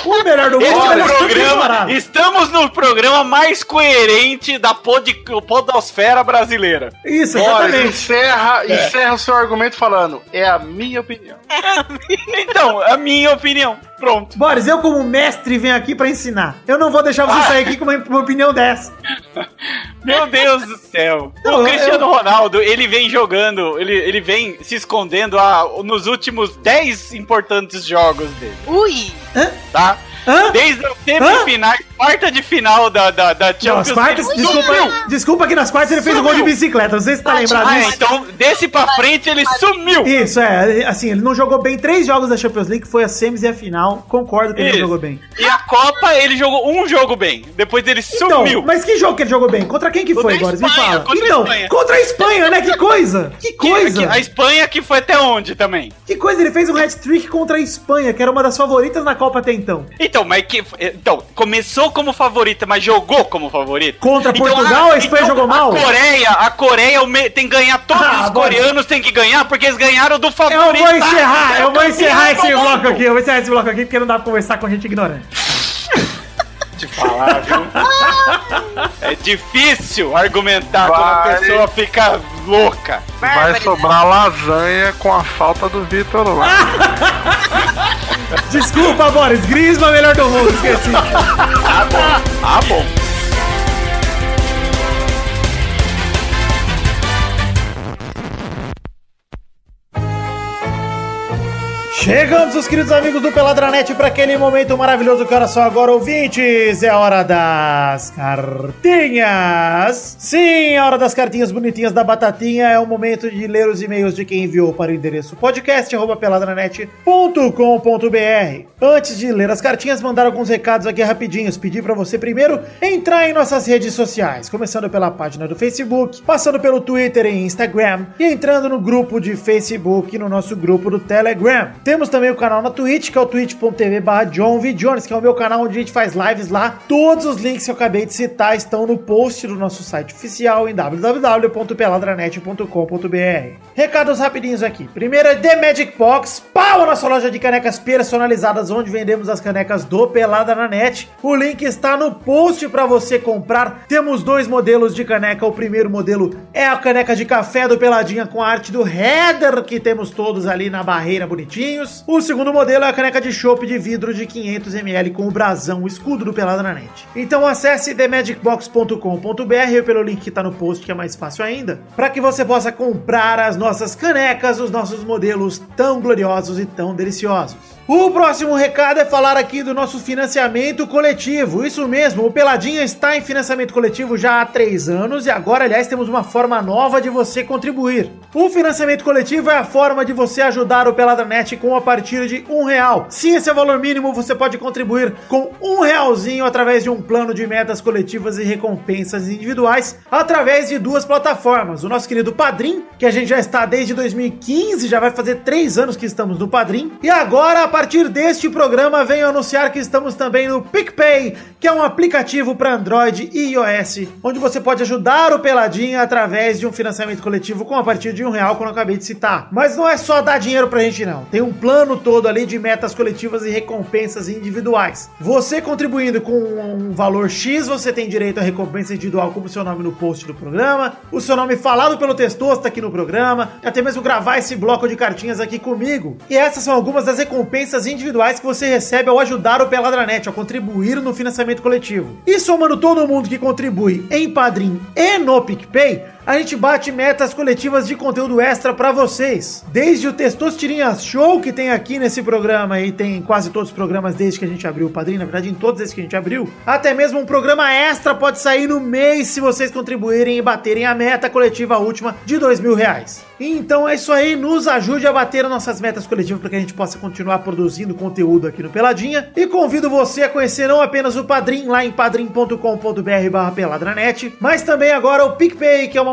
O melhor do mundo. Este é é o programa, estamos no programa mais coerente da pod, podosfera brasileira. Isso, Boris, exatamente. encerra, é. encerra o seu argumento falando, é a minha opinião. Então, a minha opinião. Pronto. Boris, eu como mestre venho aqui pra ensinar. Eu não vou deixar você ah. sair aqui com uma, uma opinião dessa. Meu Deus do céu. Não, o Cristiano eu... Ronaldo, ele vem jogando, ele, ele vem se escondendo a, nos últimos dez importantes jogos dele. Ui! Hã? Tá? Hã? Desde a semifinal, quarta de final da, da, da Champions League. Desculpa, desculpa que nas quartas ele fez o um gol de bicicleta. Não sei se você tá lembrado ah, disso. Então, desse pra frente, ele sumiu. Isso, é. Assim, ele não jogou bem três jogos da Champions League, foi a semis e a final. Concordo que Isso. ele não jogou bem. E a Copa, ele jogou um jogo bem. Depois ele sumiu. Então, mas que jogo que ele jogou bem? Contra quem que foi, Boris? Me fala. Contra então, a Espanha. Contra a Espanha, né? Que coisa! Que coisa! Que, que, a Espanha que foi até onde também? Que coisa, ele fez um hat-trick contra a Espanha, que era uma das favoritas na Copa até então. Então, mas que... Então, começou como favorita, mas jogou como favorita. Contra então, Portugal, a, a Espanha então, jogou mal? A Coreia, a Coreia tem que ganhar, todos ah, os coreanos têm que ganhar, porque eles ganharam do favorito. Eu vou encerrar, eu vou encerrar esse bloco aqui, eu vou encerrar esse bloco aqui, porque não dá pra conversar com gente ignorante. Te falar, viu? É difícil argumentar vai, quando a pessoa fica louca. Vai sobrar lasanha com a falta do Vitor lá. Desculpa, Boris. Griezmann, melhor do mundo, esqueci. Ah, bom. Ah, bom. Chegamos, os queridos amigos do Peladranet, para aquele momento maravilhoso que era só agora, ouvintes. É a hora das cartinhas. Sim, a hora das cartinhas bonitinhas da batatinha. É o momento de ler os e-mails de quem enviou para o endereço podcast arroba peladranet ponto com ponto b r. Antes de ler as cartinhas, mandar alguns recados aqui rapidinhos. Pedir para você primeiro entrar em nossas redes sociais, começando pela página do Facebook, passando pelo Twitter e Instagram e entrando no grupo de Facebook e no nosso grupo do Telegram. Temos também o canal na Twitch, que é o twitch ponto t v barra John V. Jones, que é o meu canal onde a gente faz lives lá. Todos os links que eu acabei de citar estão no post do nosso site oficial em w w w ponto peladranet ponto com ponto b r. Recados rapidinhos aqui. Primeiro é The Magic Box, pau, a nossa loja de canecas personalizadas, onde vendemos as canecas do Pelada na Net. O link está no post para você comprar. Temos dois modelos de caneca. O primeiro modelo é a caneca de café do Peladinha com a arte do header, que temos todos ali na barreira bonitinhos. O segundo modelo é a caneca de chopp de vidro de quinhentos mililitros com o brasão, o escudo do Pelada na Net. Então acesse the magic box ponto com ponto b r pelo link que está no post, que é mais fácil ainda, para que você possa comprar as nossas canecas, os nossos modelos tão gloriosos e tão deliciosos. O próximo recado é falar aqui do nosso financiamento coletivo. Isso mesmo, o Peladinha está em financiamento coletivo já há três anos e agora, aliás, temos uma forma nova de você contribuir. O financiamento coletivo é a forma de você ajudar o Peladranet com a partir de um real. Sim, esse é o valor mínimo, você pode contribuir com um realzinho através de um plano de metas coletivas e recompensas individuais através de duas plataformas. O nosso querido Padrim, que a gente já está desde dois mil e quinze, já vai fazer três anos que estamos no Padrim. E agora, a partir deste programa, venho anunciar que estamos também no PicPay, que é um aplicativo para Android e iOS, onde você pode ajudar o Peladinha através de um financiamento coletivo com a partir de um real, como eu acabei de citar. Mas não é só dar dinheiro pra gente, não. Tem um plano todo ali de metas coletivas e recompensas individuais. Você contribuindo com um valor X, você tem direito a recompensa individual, como o seu nome no post do programa, o seu nome falado pelo Testosta aqui no programa, até mesmo gravar esse bloco de cartinhas aqui comigo. E essas são algumas das recompensas individuais que você recebe ao ajudar o Peladranet, ao contribuir no financiamento coletivo. E somando todo mundo que contribui em Padrim e no PicPay, a gente bate metas coletivas de conteúdo extra pra vocês. Desde o Testosterinha Show, que tem aqui nesse programa, e tem em quase todos os programas desde que a gente abriu o Padrim, na verdade em todos esses que a gente abriu, até mesmo um programa extra pode sair no mês se vocês contribuírem e baterem a meta coletiva última de dois mil reais. Então é isso aí, nos ajude a bater nossas metas coletivas para que a gente possa continuar produzindo conteúdo aqui no Peladinha. E convido você a conhecer não apenas o Padrim lá em padrim ponto com ponto b r barra peladranet, mas também agora o PicPay, que é uma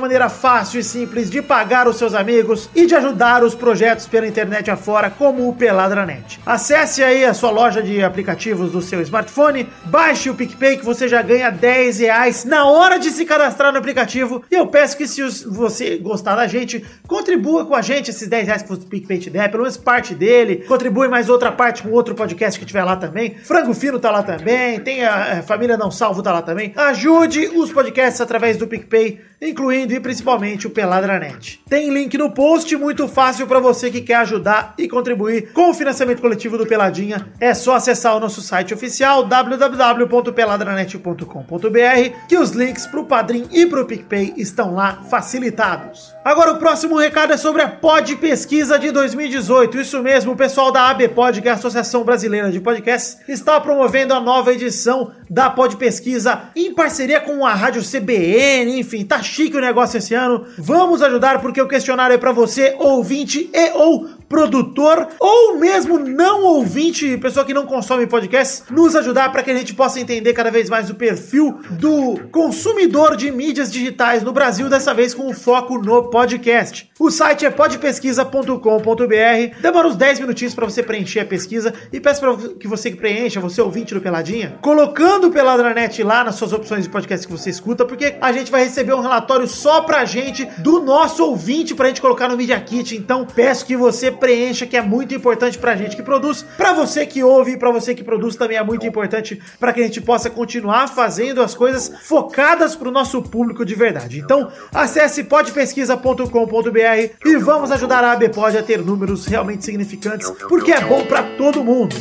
maneira fácil e simples de pagar os seus amigos e de ajudar os projetos pela internet afora, como o Peladranet. Acesse aí a sua loja de aplicativos do seu smartphone, baixe o PicPay que você já ganha dez reais na hora de se cadastrar no aplicativo. E eu peço que, se você gostar da gente, contribua com a gente esses dez reais que o PicPay te der, pelo menos parte dele. Contribui mais outra parte com outro podcast que tiver lá também. Frango Fino tá lá também, tem a, a Família Não Salvo tá lá também. Ajude os podcasts através do PicPay, incluindo e principalmente o Peladranet. Tem link no post, muito fácil para você que quer ajudar e contribuir com o financiamento coletivo do Peladinha. É só acessar o nosso site oficial w w w ponto peladranet ponto com ponto b r, que os links pro Padrim e pro PicPay estão lá facilitados. Agora o próximo recado é sobre a Pod Pesquisa de dois mil e dezoito. Isso mesmo, o pessoal da A B Pod, que é a Associação Brasileira de Podcasts, está promovendo a nova edição da Pod Pesquisa em parceria com a Rádio C B N. Enfim, tá chique o negócio esse ano. Vamos ajudar porque o questionário é para você, ouvinte e ou produtor, ou mesmo não ouvinte, pessoa que não consome podcasts, nos ajudar para que a gente possa entender cada vez mais o perfil do consumidor de mídias digitais no Brasil, dessa vez com foco no podcast. O site é pod pesquisa ponto com ponto b r. Demora uns dez minutinhos para você preencher a pesquisa e peço para que você que preencha, você ouvinte do Peladinha, colocando o Peladranet lá nas suas opções de podcast que você escuta, porque a gente vai receber um relatório só pra gente do nosso ouvinte pra gente colocar no Media Kit. Então peço que você preencha, que é muito importante pra gente que produz, pra você que ouve e pra você que produz também é muito importante para que a gente possa continuar fazendo as coisas focadas pro nosso público de verdade. Então acesse pod pesquisa ponto com ponto b r e vamos ajudar a ABPod a ter números realmente significantes, porque é bom pra todo mundo.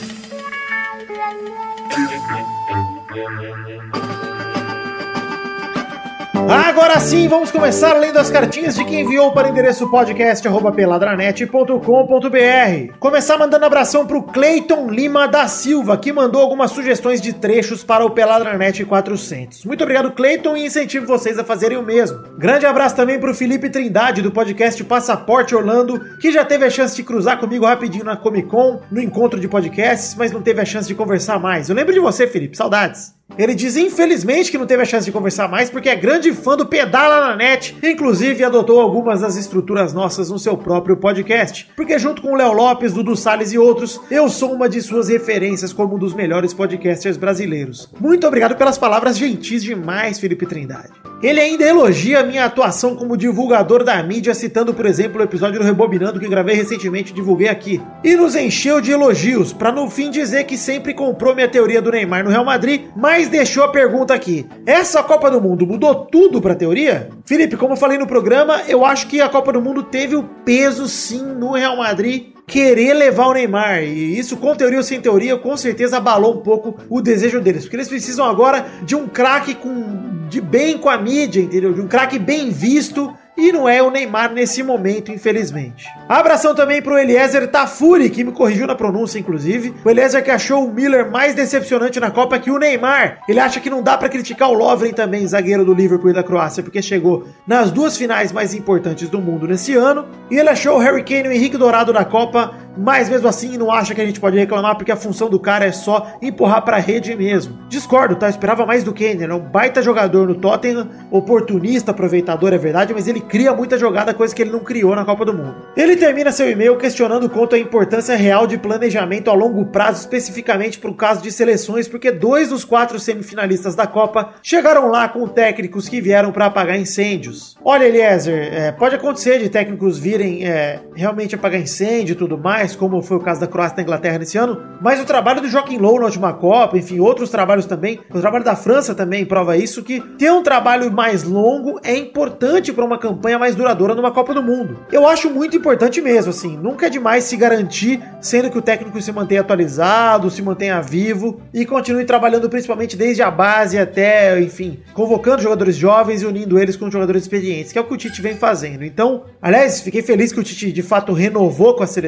Agora sim, vamos começar lendo as cartinhas de quem enviou para o endereço podcast arroba peladranet ponto com ponto b r. Começar mandando abração pro Cleiton Lima da Silva, que mandou algumas sugestões de trechos para o Peladranet quatrocentos. Muito obrigado, Cleiton, e incentivo vocês a fazerem o mesmo. Grande abraço também pro Felipe Trindade, do podcast Passaporte Orlando, que já teve a chance de cruzar comigo rapidinho na Comic Con, no encontro de podcasts, mas não teve a chance de conversar mais. Eu lembro de você, Felipe, saudades. Ele diz, infelizmente, que não teve a chance de conversar mais porque é grande fã do Pedala na Net, inclusive adotou algumas das estruturas nossas no seu próprio podcast, porque junto com o Léo Lopes, Dudu Salles e outros, eu sou uma de suas referências como um dos melhores podcasters brasileiros. Muito obrigado pelas palavras gentis demais, Felipe Trindade. Ele ainda elogia a minha atuação como divulgador da mídia, citando, por exemplo, o episódio do Rebobinando que gravei recentemente e divulguei aqui. E nos encheu de elogios, pra no fim dizer que sempre comprou minha teoria do Neymar no Real Madrid, mas deixou a pergunta aqui. Essa Copa do Mundo mudou tudo pra teoria? Felipe, como eu falei no programa, eu acho que a Copa do Mundo teve o peso sim no Real Madrid querer levar o Neymar, e isso com teoria ou sem teoria, com certeza abalou um pouco o desejo deles, porque eles precisam agora de um craque com, de bem com a mídia, entendeu? De um craque bem visto, e não é o Neymar nesse momento, infelizmente. Abração também pro Eliezer Tafuri, que me corrigiu na pronúncia, inclusive. O Eliezer que achou o Miller mais decepcionante na Copa que o Neymar. Ele acha que não dá pra criticar o Lovren também, zagueiro do Liverpool e da Croácia, porque chegou nas duas finais mais importantes do mundo nesse ano. E ele achou o Harry Kane e o Henrique Dourado na Copa, mas mesmo assim não acha que a gente pode reclamar, porque a função do cara é só empurrar pra rede mesmo. Discordo, tá? Eu esperava mais do Kane, ele é um baita jogador no Tottenham, oportunista, aproveitador, é verdade, mas ele cria muita jogada, coisa que ele não criou na Copa do Mundo. Ele termina seu e-mail questionando quanto à importância real de planejamento a longo prazo, especificamente para o caso de seleções, porque dois dos quatro semifinalistas da Copa chegaram lá com técnicos que vieram para apagar incêndios. Olha, Eliezer, é, pode acontecer de técnicos virem é, realmente apagar incêndio e tudo mais, como foi o caso da Croácia e da Inglaterra nesse ano, mas o trabalho do Joaquim Low na última Copa, enfim, outros trabalhos também, o trabalho da França também prova isso, que ter um trabalho mais longo é importante para uma campanha mais duradoura numa Copa do Mundo. Eu acho muito importante mesmo, assim, nunca é demais se garantir, sendo que o técnico se mantenha atualizado, se mantenha vivo e continue trabalhando principalmente desde a base até, enfim, convocando jogadores jovens e unindo eles com jogadores experientes, que é o que o Tite vem fazendo. Então, aliás, fiquei feliz que o Tite de fato renovou com a seleção,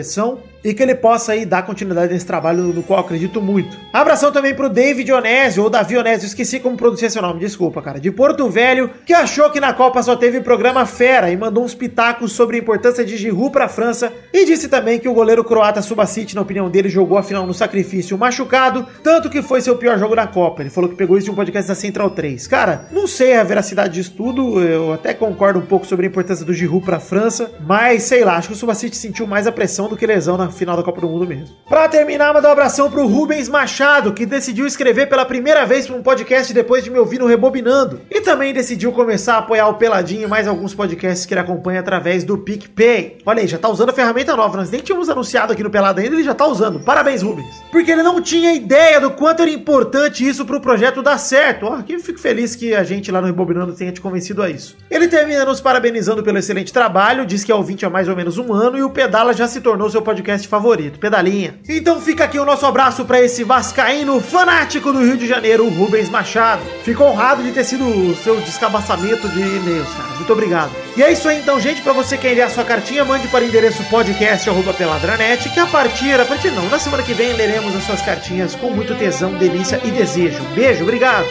e que ele possa aí dar continuidade nesse trabalho no qual eu acredito muito. Abração também pro David Onésio, ou Davi Onésio, esqueci como pronunciar seu nome, desculpa, cara, de Porto Velho, que achou que na Copa só teve programa fera e mandou uns pitacos sobre a importância de Giroud pra França e disse também que o goleiro croata Subasic, na opinião dele, jogou a final no sacrifício machucado, tanto que foi seu pior jogo da Copa. Ele falou que pegou isso de um podcast da Central três. Cara, não sei a veracidade disso tudo, eu até concordo um pouco sobre a importância do Giroud pra França, mas sei lá, acho que o Subasic sentiu mais a pressão do que lesão na final da Copa do Mundo mesmo. Pra terminar, mandar um abração pro Rubens Machado, que decidiu escrever pela primeira vez pra um podcast depois de me ouvir no Rebobinando. E também decidiu começar a apoiar o Peladinho e mais alguns podcasts que ele acompanha através do PicPay. Olha aí, já tá usando a ferramenta nova, nós nem tínhamos anunciado aqui no Pelado ainda, ele já tá usando. Parabéns, Rubens. Porque ele não tinha ideia do quanto era importante isso pro projeto dar certo. Ó, aqui eu fico feliz que a gente lá no Rebobinando tenha te convencido a isso. Ele termina nos parabenizando pelo excelente trabalho, diz que é ouvinte há mais ou menos um ano e o Pedala já se tornou seu podcast favorito. Pedalinha. Então fica aqui o nosso abraço pra esse vascaíno fanático do Rio de Janeiro, o Rubens Machado. Fico honrado de ter sido o seu descabaçamento de e-mails, cara. Muito obrigado. E é isso aí então, gente. Pra você que quer enviar sua cartinha, mande para o endereço podcast arroba peladranet, que a partir, a partir não, na semana que vem leremos as suas cartinhas com muito tesão, delícia e desejo. Beijo, obrigado.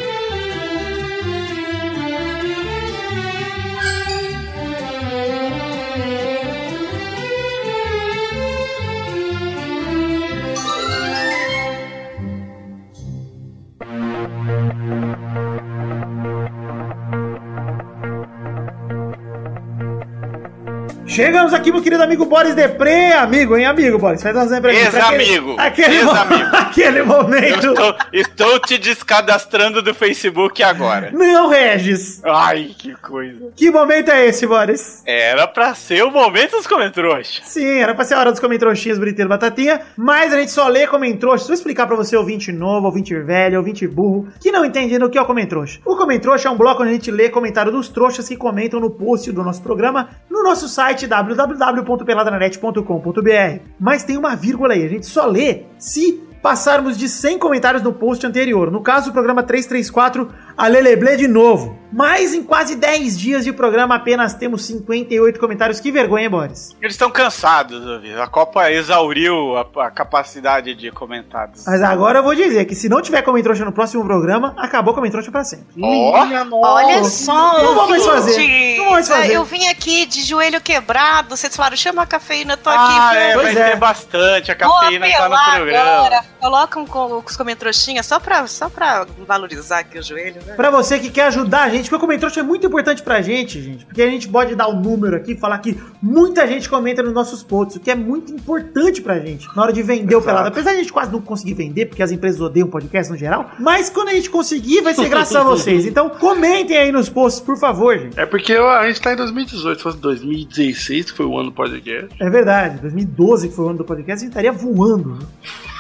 Chegamos aqui, meu querido amigo Boris Depré, amigo, hein, amigo, Boris, faz uma zebra aqui. Ex-amigo, aquele, ex-amigo. Mo aquele momento. Eu estou, estou te descadastrando do Facebook agora. Não, Regis. Ai, que coisa. Que momento é esse, Boris? Era pra ser o momento dos comentrouxas. Sim, era pra ser a hora dos comentroxinhas, bonitinho, batatinha, mas a gente só lê comentroxas. Vou explicar pra você, ouvinte novo, ouvinte velho, ouvinte burro, que não entende o que é o comentrouxa. O comentrouxa é um bloco onde a gente lê comentário dos trouxas que comentam no post do nosso programa, no nosso site w w w ponto peladranet ponto com ponto b r. Mas tem uma vírgula aí, a gente só lê se passarmos de cem comentários no post anterior. No caso, o programa trezentos e trinta e quatro, a Leleblé de novo. Mas em quase dez dias de programa apenas temos cinquenta e oito comentários. Que vergonha, Boris. Eles estão cansados, ouvido. A Copa exauriu a, a capacidade de comentários. Mas agora eu vou dizer que se não tiver Comentrouxa no próximo programa, acabou Comentrouxa pra sempre. Oh. Minha Olha só, não vamos mais fazer. Não vamos fazer. Eu vim aqui de joelho quebrado, vocês falaram, chama a cafeína, eu tô ah, aqui. É, vai é. ter bastante, a cafeína tá no programa. Agora. Colocam com os Comentrouxinhas só pra, só pra valorizar aqui o joelho, né? Pra você que quer ajudar a gente, porque o Comentrouxa é muito importante pra gente, gente, porque a gente pode dar o um número aqui e falar que muita gente comenta nos nossos posts, o que é muito importante pra gente na hora de vender Exato. o Pelado. Apesar de a gente quase não conseguir vender, porque as empresas odeiam podcast no geral, mas quando a gente conseguir, vai ser graças a vocês. Então, comentem aí nos posts, por favor, gente. É porque a gente tá em dois mil e dezoito, se fosse dois mil e dezesseis, que foi o ano do podcast. É verdade, dois mil e doze, que foi o ano do podcast, a gente estaria voando, né?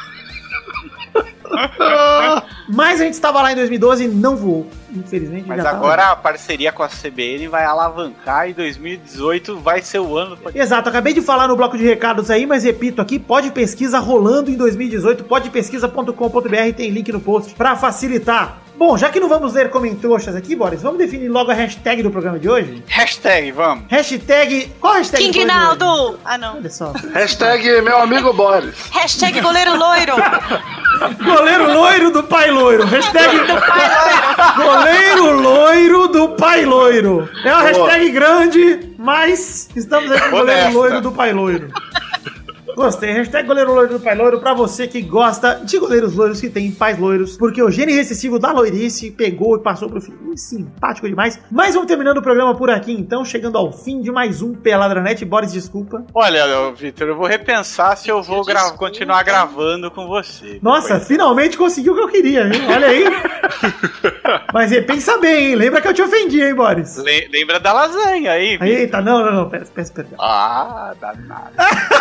Mas a gente estava lá em dois mil e doze e não voou, infelizmente. Mas agora a parceria com a C B N vai alavancar e dois mil e dezoito vai ser o ano. Exato, acabei de falar no bloco de recados aí, mas repito aqui, pode pesquisa rolando em dois mil e dezoito, pode pesquisa ponto com ponto b r, tem link no post para facilitar. Bom, já que não vamos ler comentroxas aqui, Boris, vamos definir logo a hashtag do programa de hoje? Hashtag, vamos. Hashtag, qual hashtag? King Naldo! Ah, não. Olha só. Hashtag meu amigo Boris. Hashtag goleiro loiro. Goleiro loiro do pai loiro. Hashtag do pai loiro. Goleiro loiro do pai loiro. É uma Boa. hashtag grande, mas estamos aí com o goleiro loiro do pai loiro. Gostei, hashtag goleiro loiro do pai loiro pra você que gosta de goleiros loiros que tem pais loiros, porque o gene recessivo da loirice pegou e passou pro fim. Simpático demais. Mas vamos terminando o programa por aqui, então, chegando ao fim de mais um Peladranet. Boris, desculpa. Olha, Vitor, eu vou repensar se eu vou gra- continuar gravando com você. Nossa, finalmente conseguiu o que eu queria, hein? Olha aí. Mas pensa bem, hein? Lembra que eu te ofendi, hein, Boris? Le- lembra da lasanha aí, Vitor. Eita, não, não, não, peça, peça perdão. Ah, danado.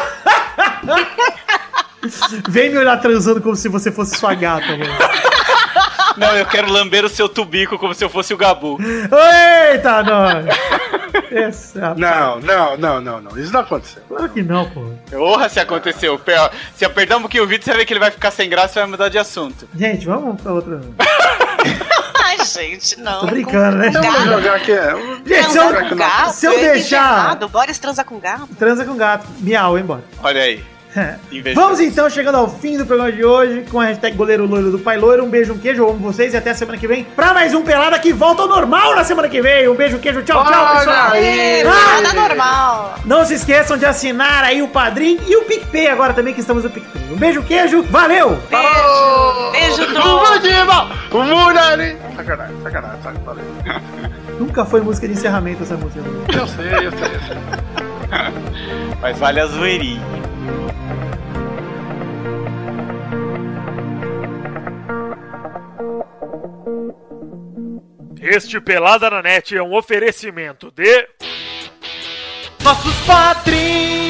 Vem me olhar transando como se você fosse sua gata, mano. Não, eu quero lamber o seu tubico como se eu fosse o Gabu. Eita, não. Essa, não, não, não, não, não. Isso não aconteceu. Claro que não, pô. Porra, se aconteceu. Se apertar um pouquinho o vídeo, você vai ver que ele vai ficar sem graça e vai mudar de assunto. Gente, vamos pra outra. Ai, gente, não. Tô brincando, né? Vamos jogar aqui. Gente, se eu, gato, se eu deixar... Boris transa com gato. Transa com gato. Miau, hein, bora. Olha aí. Vamos então, chegando ao fim do programa de hoje, com a hashtag goleiro loiro do Pai Loiro. Um beijo, um queijo, eu amo vocês e até a semana que vem pra mais um Pelada que volta ao normal na semana que vem. Um beijo, queijo, tchau, tchau, pessoal. Nada normal. Não se esqueçam de assinar aí o Padrim e o PicPay agora também, que estamos no PicPay. Um beijo, queijo, valeu! Beijo, beijo do... Sacanagem, sacanagem, sacanagem. Nunca foi música de encerramento essa música. Eu sei, eu sei, eu sei. Mas vale a zoeirinha. Este Pelada na Net é um oferecimento de... nossos padrinhos!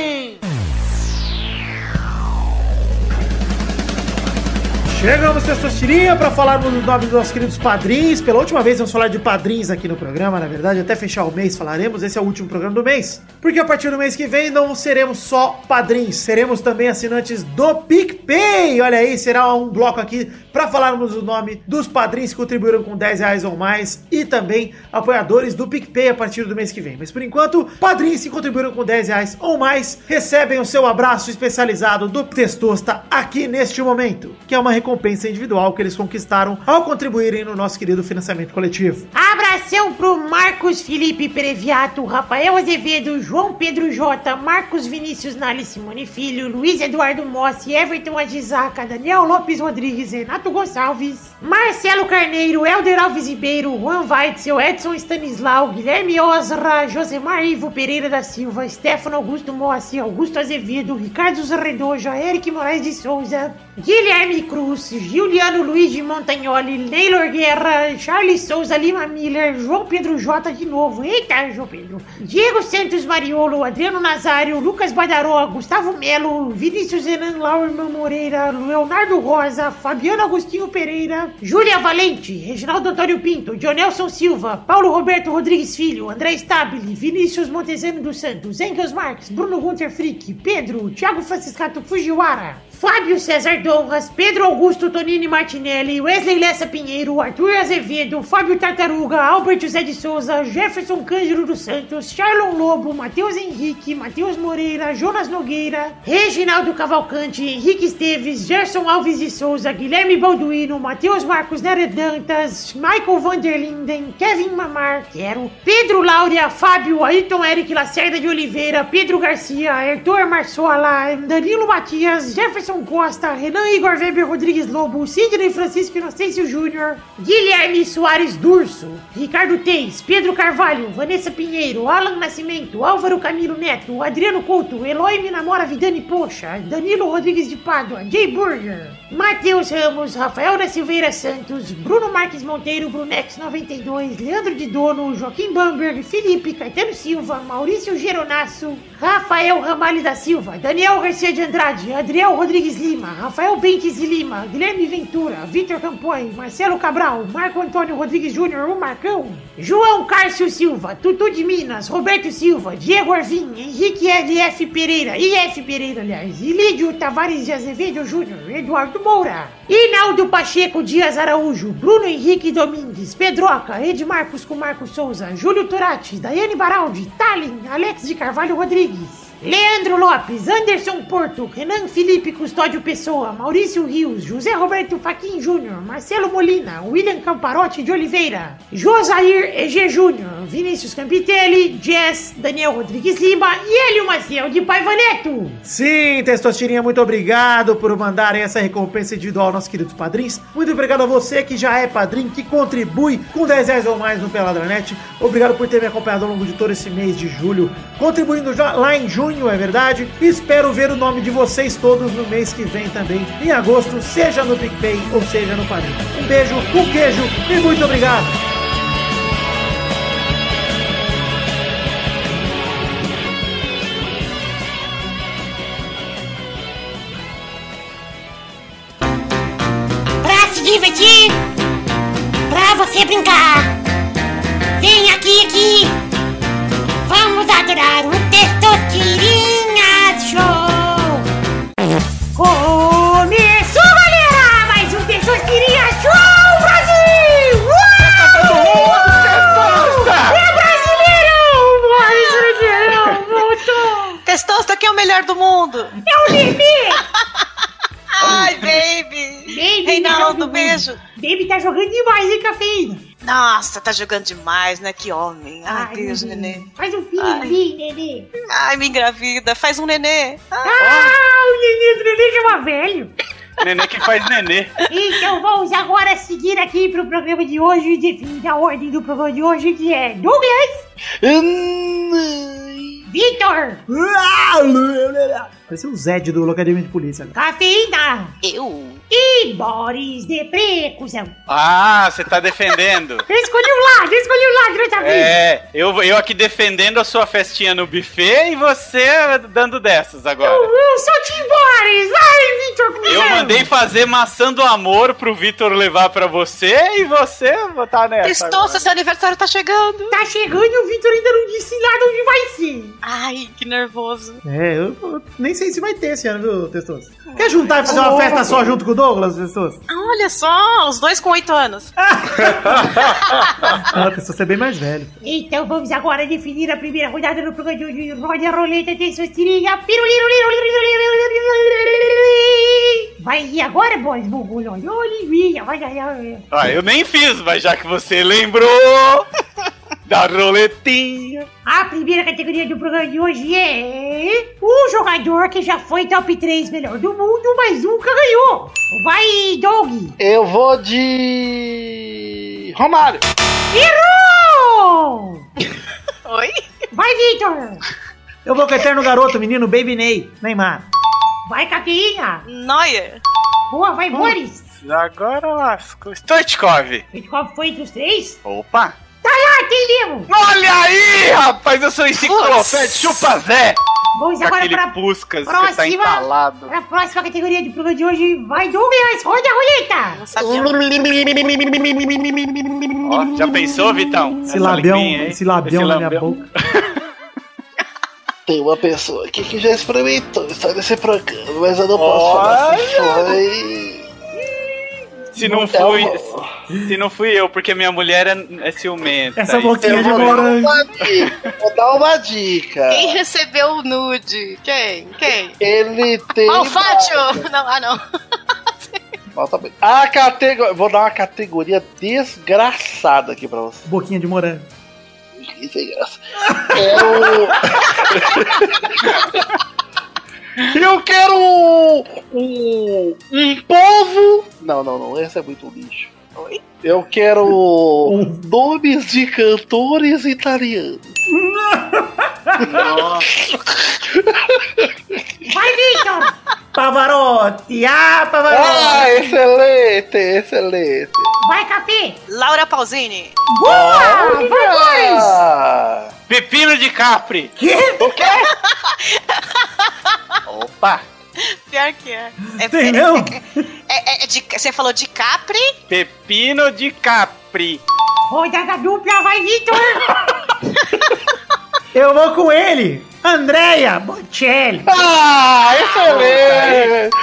Chegamos, Testosterinha, para falarmos dos nomes dos nossos queridos padrinhos. Pela última vez vamos falar de padrinhos aqui no programa, na verdade, até fechar o mês falaremos. Esse é o último programa do mês. Porque a partir do mês que vem não seremos só padrinhos, seremos também assinantes do PicPay. Olha aí, será um bloco aqui para falarmos o nome dos padrinhos que contribuíram com dez reais ou mais e também apoiadores do PicPay a partir do mês que vem. Mas por enquanto, padrinhos que contribuíram com dez reais ou mais recebem o seu abraço especializado do Testosta aqui neste momento, que é uma recompensa individual que eles conquistaram ao contribuírem no nosso querido financiamento coletivo. Abração pro Marcos Felipe Previato, Rafael Azevedo, João Pedro J, Marcos Vinícius Nali Simone Filho, Luiz Eduardo Mossi, Everton Agisaca, Daniel Lopes Rodrigues, Renato Gonçalves, Marcelo Carneiro, Helder Alves Ribeiro, Juan Weitzel, Edson Stanislau, Guilherme Osra, Josemar Ivo Pereira da Silva, Stefano Augusto Mossi, Augusto Azevedo, Ricardo Zarredoja, Eric Moraes de Souza, Guilherme Cruz, Giuliano Luiz de Montagnoli, Neylor Guerra, Charles Souza Lima Miller, João Pedro J de novo, eita João Pedro, Diego Santos Mariolo, Adriano Nazário, Lucas Badaró, Gustavo Melo, Vinícius Renan Laurman Moreira, Leonardo Rosa, Fabiano Agostinho Pereira, Júlia Valente, Reginaldo Antônio Pinto, Dionelson Silva, Paulo Roberto Rodrigues Filho, André Stabile, Vinícius Montezano dos Santos, Engels Marques, Bruno Gunter Frick, Pedro, Thiago Franciscato Fujiwara, Fábio César Donras, Pedro Augusto Tonini Martinelli, Wesley Lessa Pinheiro, Arthur Azevedo, Fábio Tartaruga, Albert José de Souza, Jefferson Cândido dos Santos, Charlon Lobo, Matheus Henrique, Matheus Moreira, Jonas Nogueira, Reginaldo Cavalcante, Henrique Esteves, Gerson Alves de Souza, Guilherme Balduino, Matheus Marcos Neredantas, Michael Vanderlinden, Kevin Mamar, quero, Pedro Láurea, Fábio, Ayrton Eric Lacerda de Oliveira, Pedro Garcia, Arthur Marçola, Danilo Matias, Jefferson Costa, Renan Igor Weber Rodrigues Lobo, Sidney Francisco Inocêncio Júnior, Guilherme Soares Durso, Ricardo Teis, Pedro Carvalho, Vanessa Pinheiro, Alan Nascimento, Álvaro Camilo Neto, Adriano Couto, Eloy Minamora Vidani Poxa, Danilo Rodrigues de Pádua, Jay Burger, Matheus Ramos, Rafael da Silveira Santos, Bruno Marques Monteiro, Brunex noventa e dois, Leandro de Dono, Joaquim Bamberg, Felipe Caetano Silva, Maurício Geronasso, Rafael Ramalho da Silva, Daniel Garcia de Andrade, Adriel Rodrigues Lima, Rafael Bentes de Lima, Guilherme Ventura, Vitor Campoy, Marcelo Cabral, Marco Antônio Rodrigues Júnior, o Marcão, João Cárcio Silva, Tutu de Minas, Roberto Silva, Diego Arvim, Henrique L F Pereira, I F Pereira, aliás, Ilídio Tavares de Azevedo Júnior, Eduardo Moura, Inaldo Pacheco Dias Araújo, Bruno Henrique Domingues, Pedroca, Edmarcos com Marcos Souza, Júlio Turati, Daiane Baraldi, Tallin, Alex de Carvalho Rodrigues, Leandro Lopes, Anderson Porto, Renan Felipe Custódio Pessoa, Maurício Rios, José Roberto Faquin Júnior, Marcelo Molina, William Camparotti de Oliveira, Josair E G Júnior, Vinícius Campitelli, Jess, Daniel Rodrigues Lima e Hélio Maciel de Paiva Neto. Sim, Testosterinha, muito obrigado por mandarem essa recompensa individual aos nossos queridos padrinhos. Muito obrigado a você que já é padrinho, que contribui com dez reais ou mais no Peladranet. Obrigado por ter me acompanhado ao longo de todo esse mês de julho, contribuindo já lá em junho, é verdade. Espero ver o nome de vocês todos no mês que vem também, em agosto, seja no PicPay ou seja no Padrim. Um beijo, um queijo e muito obrigado! Pra se divertir, pra você brincar, vem aqui, aqui, vamos adorar o Testosterinha Show! Começou, galera! Mais um Testosterinha Show, Brasil! Uau! É brasileiro! Mais brasileiro! Voltou! Testosta que é o melhor do mundo! É o Reinaldo, beijo. Baby tá jogando demais, hein, Cafeína? Nossa, tá jogando demais, né? Que homem. Ai, Ai, Deus, nenê. nenê. Faz um filho, Ai. nenê. Ai, me engravida. Faz um nenê. Ah, Ah, o nenê do nenê chama velho. Nenê que faz nenê. Então vamos agora seguir aqui pro programa de hoje e definir a ordem do programa de hoje, que é Douglas, Vitor, Parece o Zed do Locademia de Polícia. Cafeína eu. e Boris de Precusão. Ah, você tá defendendo. Eu escolhi um lado, eu escolhi um lado dessa vez. É, eu, eu aqui defendendo a sua festinha no buffet e você dando dessas agora. Eu, eu sou o Tim Boris. Vai, Vitor Cusão. Eu mandei fazer maçã do amor pro Vitor levar pra você e você botar nessa. Testosta, seu aniversário tá chegando. Tá chegando e o Vitor ainda não disse nada onde vai ser. Ai, que nervoso. É, eu, eu nem sei se vai ter esse ano, viu, Testoso? Quer juntar e fazer uma festa só junto com o Douglas, Testoso? Olha só, os dois com oito anos. Ah, Testoso, você é bem mais velho. Então vamos agora definir a primeira rodada do programa de hoje. Roda a roleta, tem sua tirinha. Vai ir agora, Boris? Olha, vai ganhar. Ah, eu nem fiz, mas já que você lembrou da roletinha. A primeira categoria do programa de hoje é um jogador que já foi top três melhor do mundo, mas nunca ganhou. Vai, Doug. Eu vou de... Romário. Errou! Oi? Vai, Vitor. Eu vou com o eterno garoto, menino Baby Ney, Neymar. Vai, Cafeína. Neuer. Boa, vai, Boris. Agora lascou. Stoichkov. Qual foi entre os três? Opa. Tá lá, entendemos. Olha aí, rapaz, eu sou enciclopédia, chupa Zé. Vamos Com agora aquele pra Puskas que tá próxima, entalado. pra próxima categoria do programa de hoje. Vai, Douglas, roda a roleta. Não sabia. Ó, já pensou, Vitão? Esse Essa labião, linguinha, hein? esse labião Esse na minha labião. boca. Tem uma pessoa aqui que já experimentou estar nesse programa, mas eu não posso Olha! falar se foi. Se não fui, se não fui eu, porque minha mulher é, é ciumenta. Essa Isso. boquinha Eu de vou dar morango. uma dica. Vou dar uma dica. Quem recebeu o nude? Quem? Quem? Ele tem. Ó, o Fátio! Não, ah, não. Volta bem. A categoria. Vou dar uma categoria desgraçada aqui pra você. Boquinha de morango. Que sem graça. É o. Eu quero um, um, um povo. Não, não, não. Esse é muito lixo. Oi? Eu quero nomes de cantores italianos. Vai, Vitor. Pavarotti, ah, Pavarotti. Ah, excelente, excelente. Vai, Café. Laura Pausini. Boa, vai, Boris. Ah, Pepino de Capri. Quê? O quê? Opa. Pior que é. É, Tem não? é, é de, você falou de Capri? Pepino de Capri. Rodada dupla, vai, Vitor. Eu vou com ele, Andrea Bocelli. ah excelente.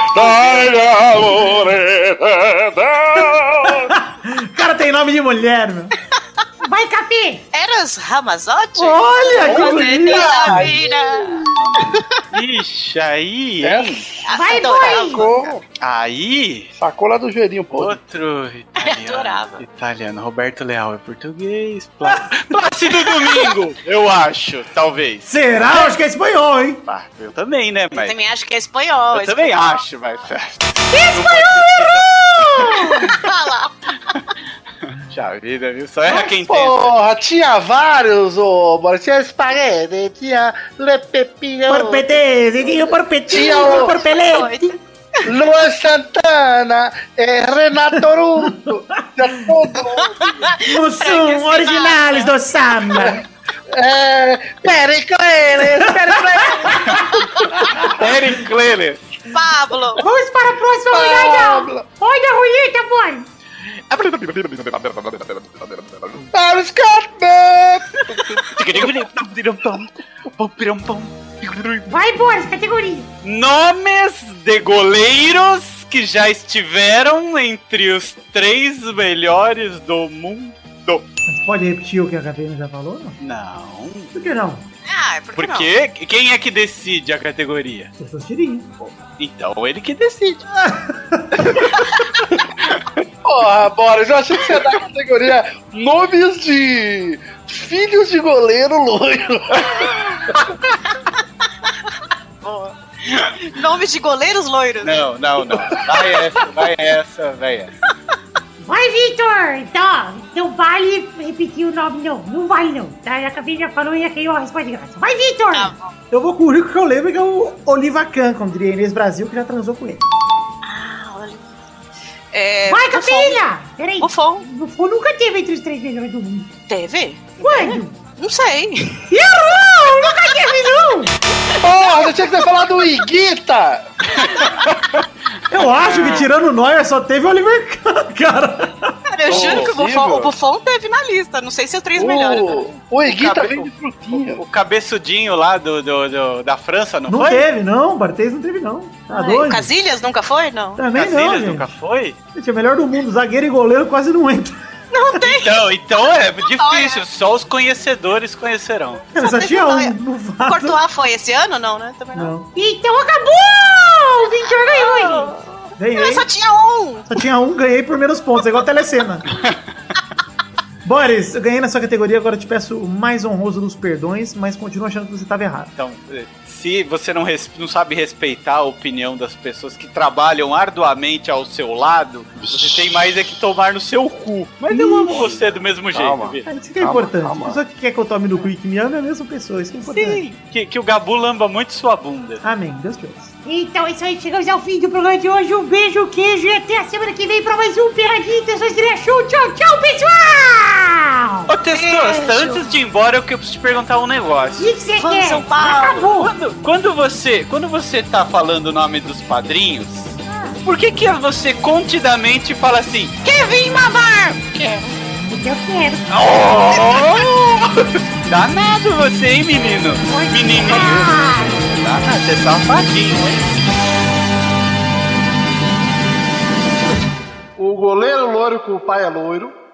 Cara, tem nome de mulher, meu. Vai, Café. Eros Ramazotti? Olha, que Você tem bonito. na vida. Ixi, aí, hein? Vai, Adorava. Sacou, Aí, sacou lá do joelhinho, pô. outro italiano. Adorava. Italiano, Roberto Leal é português. Plá- Plácido Domingo, eu acho, talvez. Será? Acho que é espanhol, hein? Ah, eu também, né? Eu Mas também acho que é espanhol. eu é também espanhol. acho, mas. Fala. Já vida, viu? Só erra quem tenta. Porra, tinha vários, ô, mano. Tinha espaguete, tinha le pepino, Porpetese, tinha porpetinho, Tinha o- porpelete. Luan Santana, é, Renato Russo, tinha todo mundo. Os são originais do samba. É, Pericles, Pericles. Pericles. Pablo. Vamos para a próxima rodada. Pablo. Roda a roleta, Boris. Paris Carter. Vai, Boris, categoria. Nomes de goleiros que já estiveram entre os três melhores do mundo. Mas pode repetir o que a Catarina já falou? Não? Não. Por que não? Ah, por que não? Porque quem é que decide a categoria? Eu sou tirinho. Então ele que decide. Porra, Boris, eu achei que você ia dar a categoria nomes de filhos de goleiro loiro. Boa. Nomes de goleiros loiros. Não, não, não. Vai essa, vai essa, vai essa. Vai, Vitor! Então, não vale repetir o nome, não. Não vale, não. Tá? A cabine já falou e já caiu a resposta de graça. Vai, Vitor! Tá. Eu vou com o único que eu lembro, que é o Oliva Kahn, como diria Inês Brasil, que já transou com ele. Ah, olha. É, Vai, Buffon. Capela! Peraí. Buffon. Buffon nunca teve entre os três melhores do mundo. Teve? Quando? Não sei. Errou! Nunca teve, não! Porra, você tinha que ter falado o Higuita! Eu acho que tirando o Neuer só teve o Oliver Kahn, cara. Cara, eu juro que o Buffon, o Buffon teve na lista. Não sei se é os três melhores. Né? O Higuita cabe- vem de frutinha. O cabeçudinho lá do, do, do- da França, não, Não foi? teve, não. O Barthez não teve, não. Tá Ai, doido? o Casillas nunca foi? Não. Também não, Casillas gente. nunca foi? Gente, é o melhor do mundo. Zagueiro e goleiro quase não entra. Não tem. Então, então é difícil, só os conhecedores conhecerão. Cara, só teve tinha o um Neuer. no O vaso. Courtois foi esse ano? Não, né? Também não. Não. Então acabou! O Vitor ganhou! Ganhei. Mas só tinha um. Só tinha um, ganhei por menos pontos. É igual a Telecena. Boris, eu ganhei na sua categoria, agora eu te peço o mais honroso dos perdões, mas continuo achando que você estava errado. Então, se você não, res- não sabe respeitar a opinião das pessoas que trabalham arduamente ao seu lado, você tem mais é que tomar no seu cu. Mas eu amo você do mesmo jeito, Calma. Vitor. É, isso que é Calma, importante. calma. A pessoa que quer que eu tome no cu e que me ame é a mesma pessoa, isso que é importante. Sim, que, que o Gabu lamba muito sua bunda. Amém, Deus te ouça. Então é isso aí, chegamos ao fim do programa de hoje. Um beijo, queijo e até a semana que vem pra mais um Peladinha Intenções Estreia Show. Tchau, tchau, pessoal! Ô, Testosta, antes de ir embora, eu preciso te perguntar um O negócio. que que você Vamos, quer? São Paulo. Acabou! Quando, quando você quando você tá falando o nome dos padrinhos, por que que você contidamente fala assim, quer vir mamar? Quero. Porque eu quero. Oh! Danado você, hein, menino? Menininho. Ah, Danado, você é safadinho, hein? O goleiro loiro com o pai é loiro.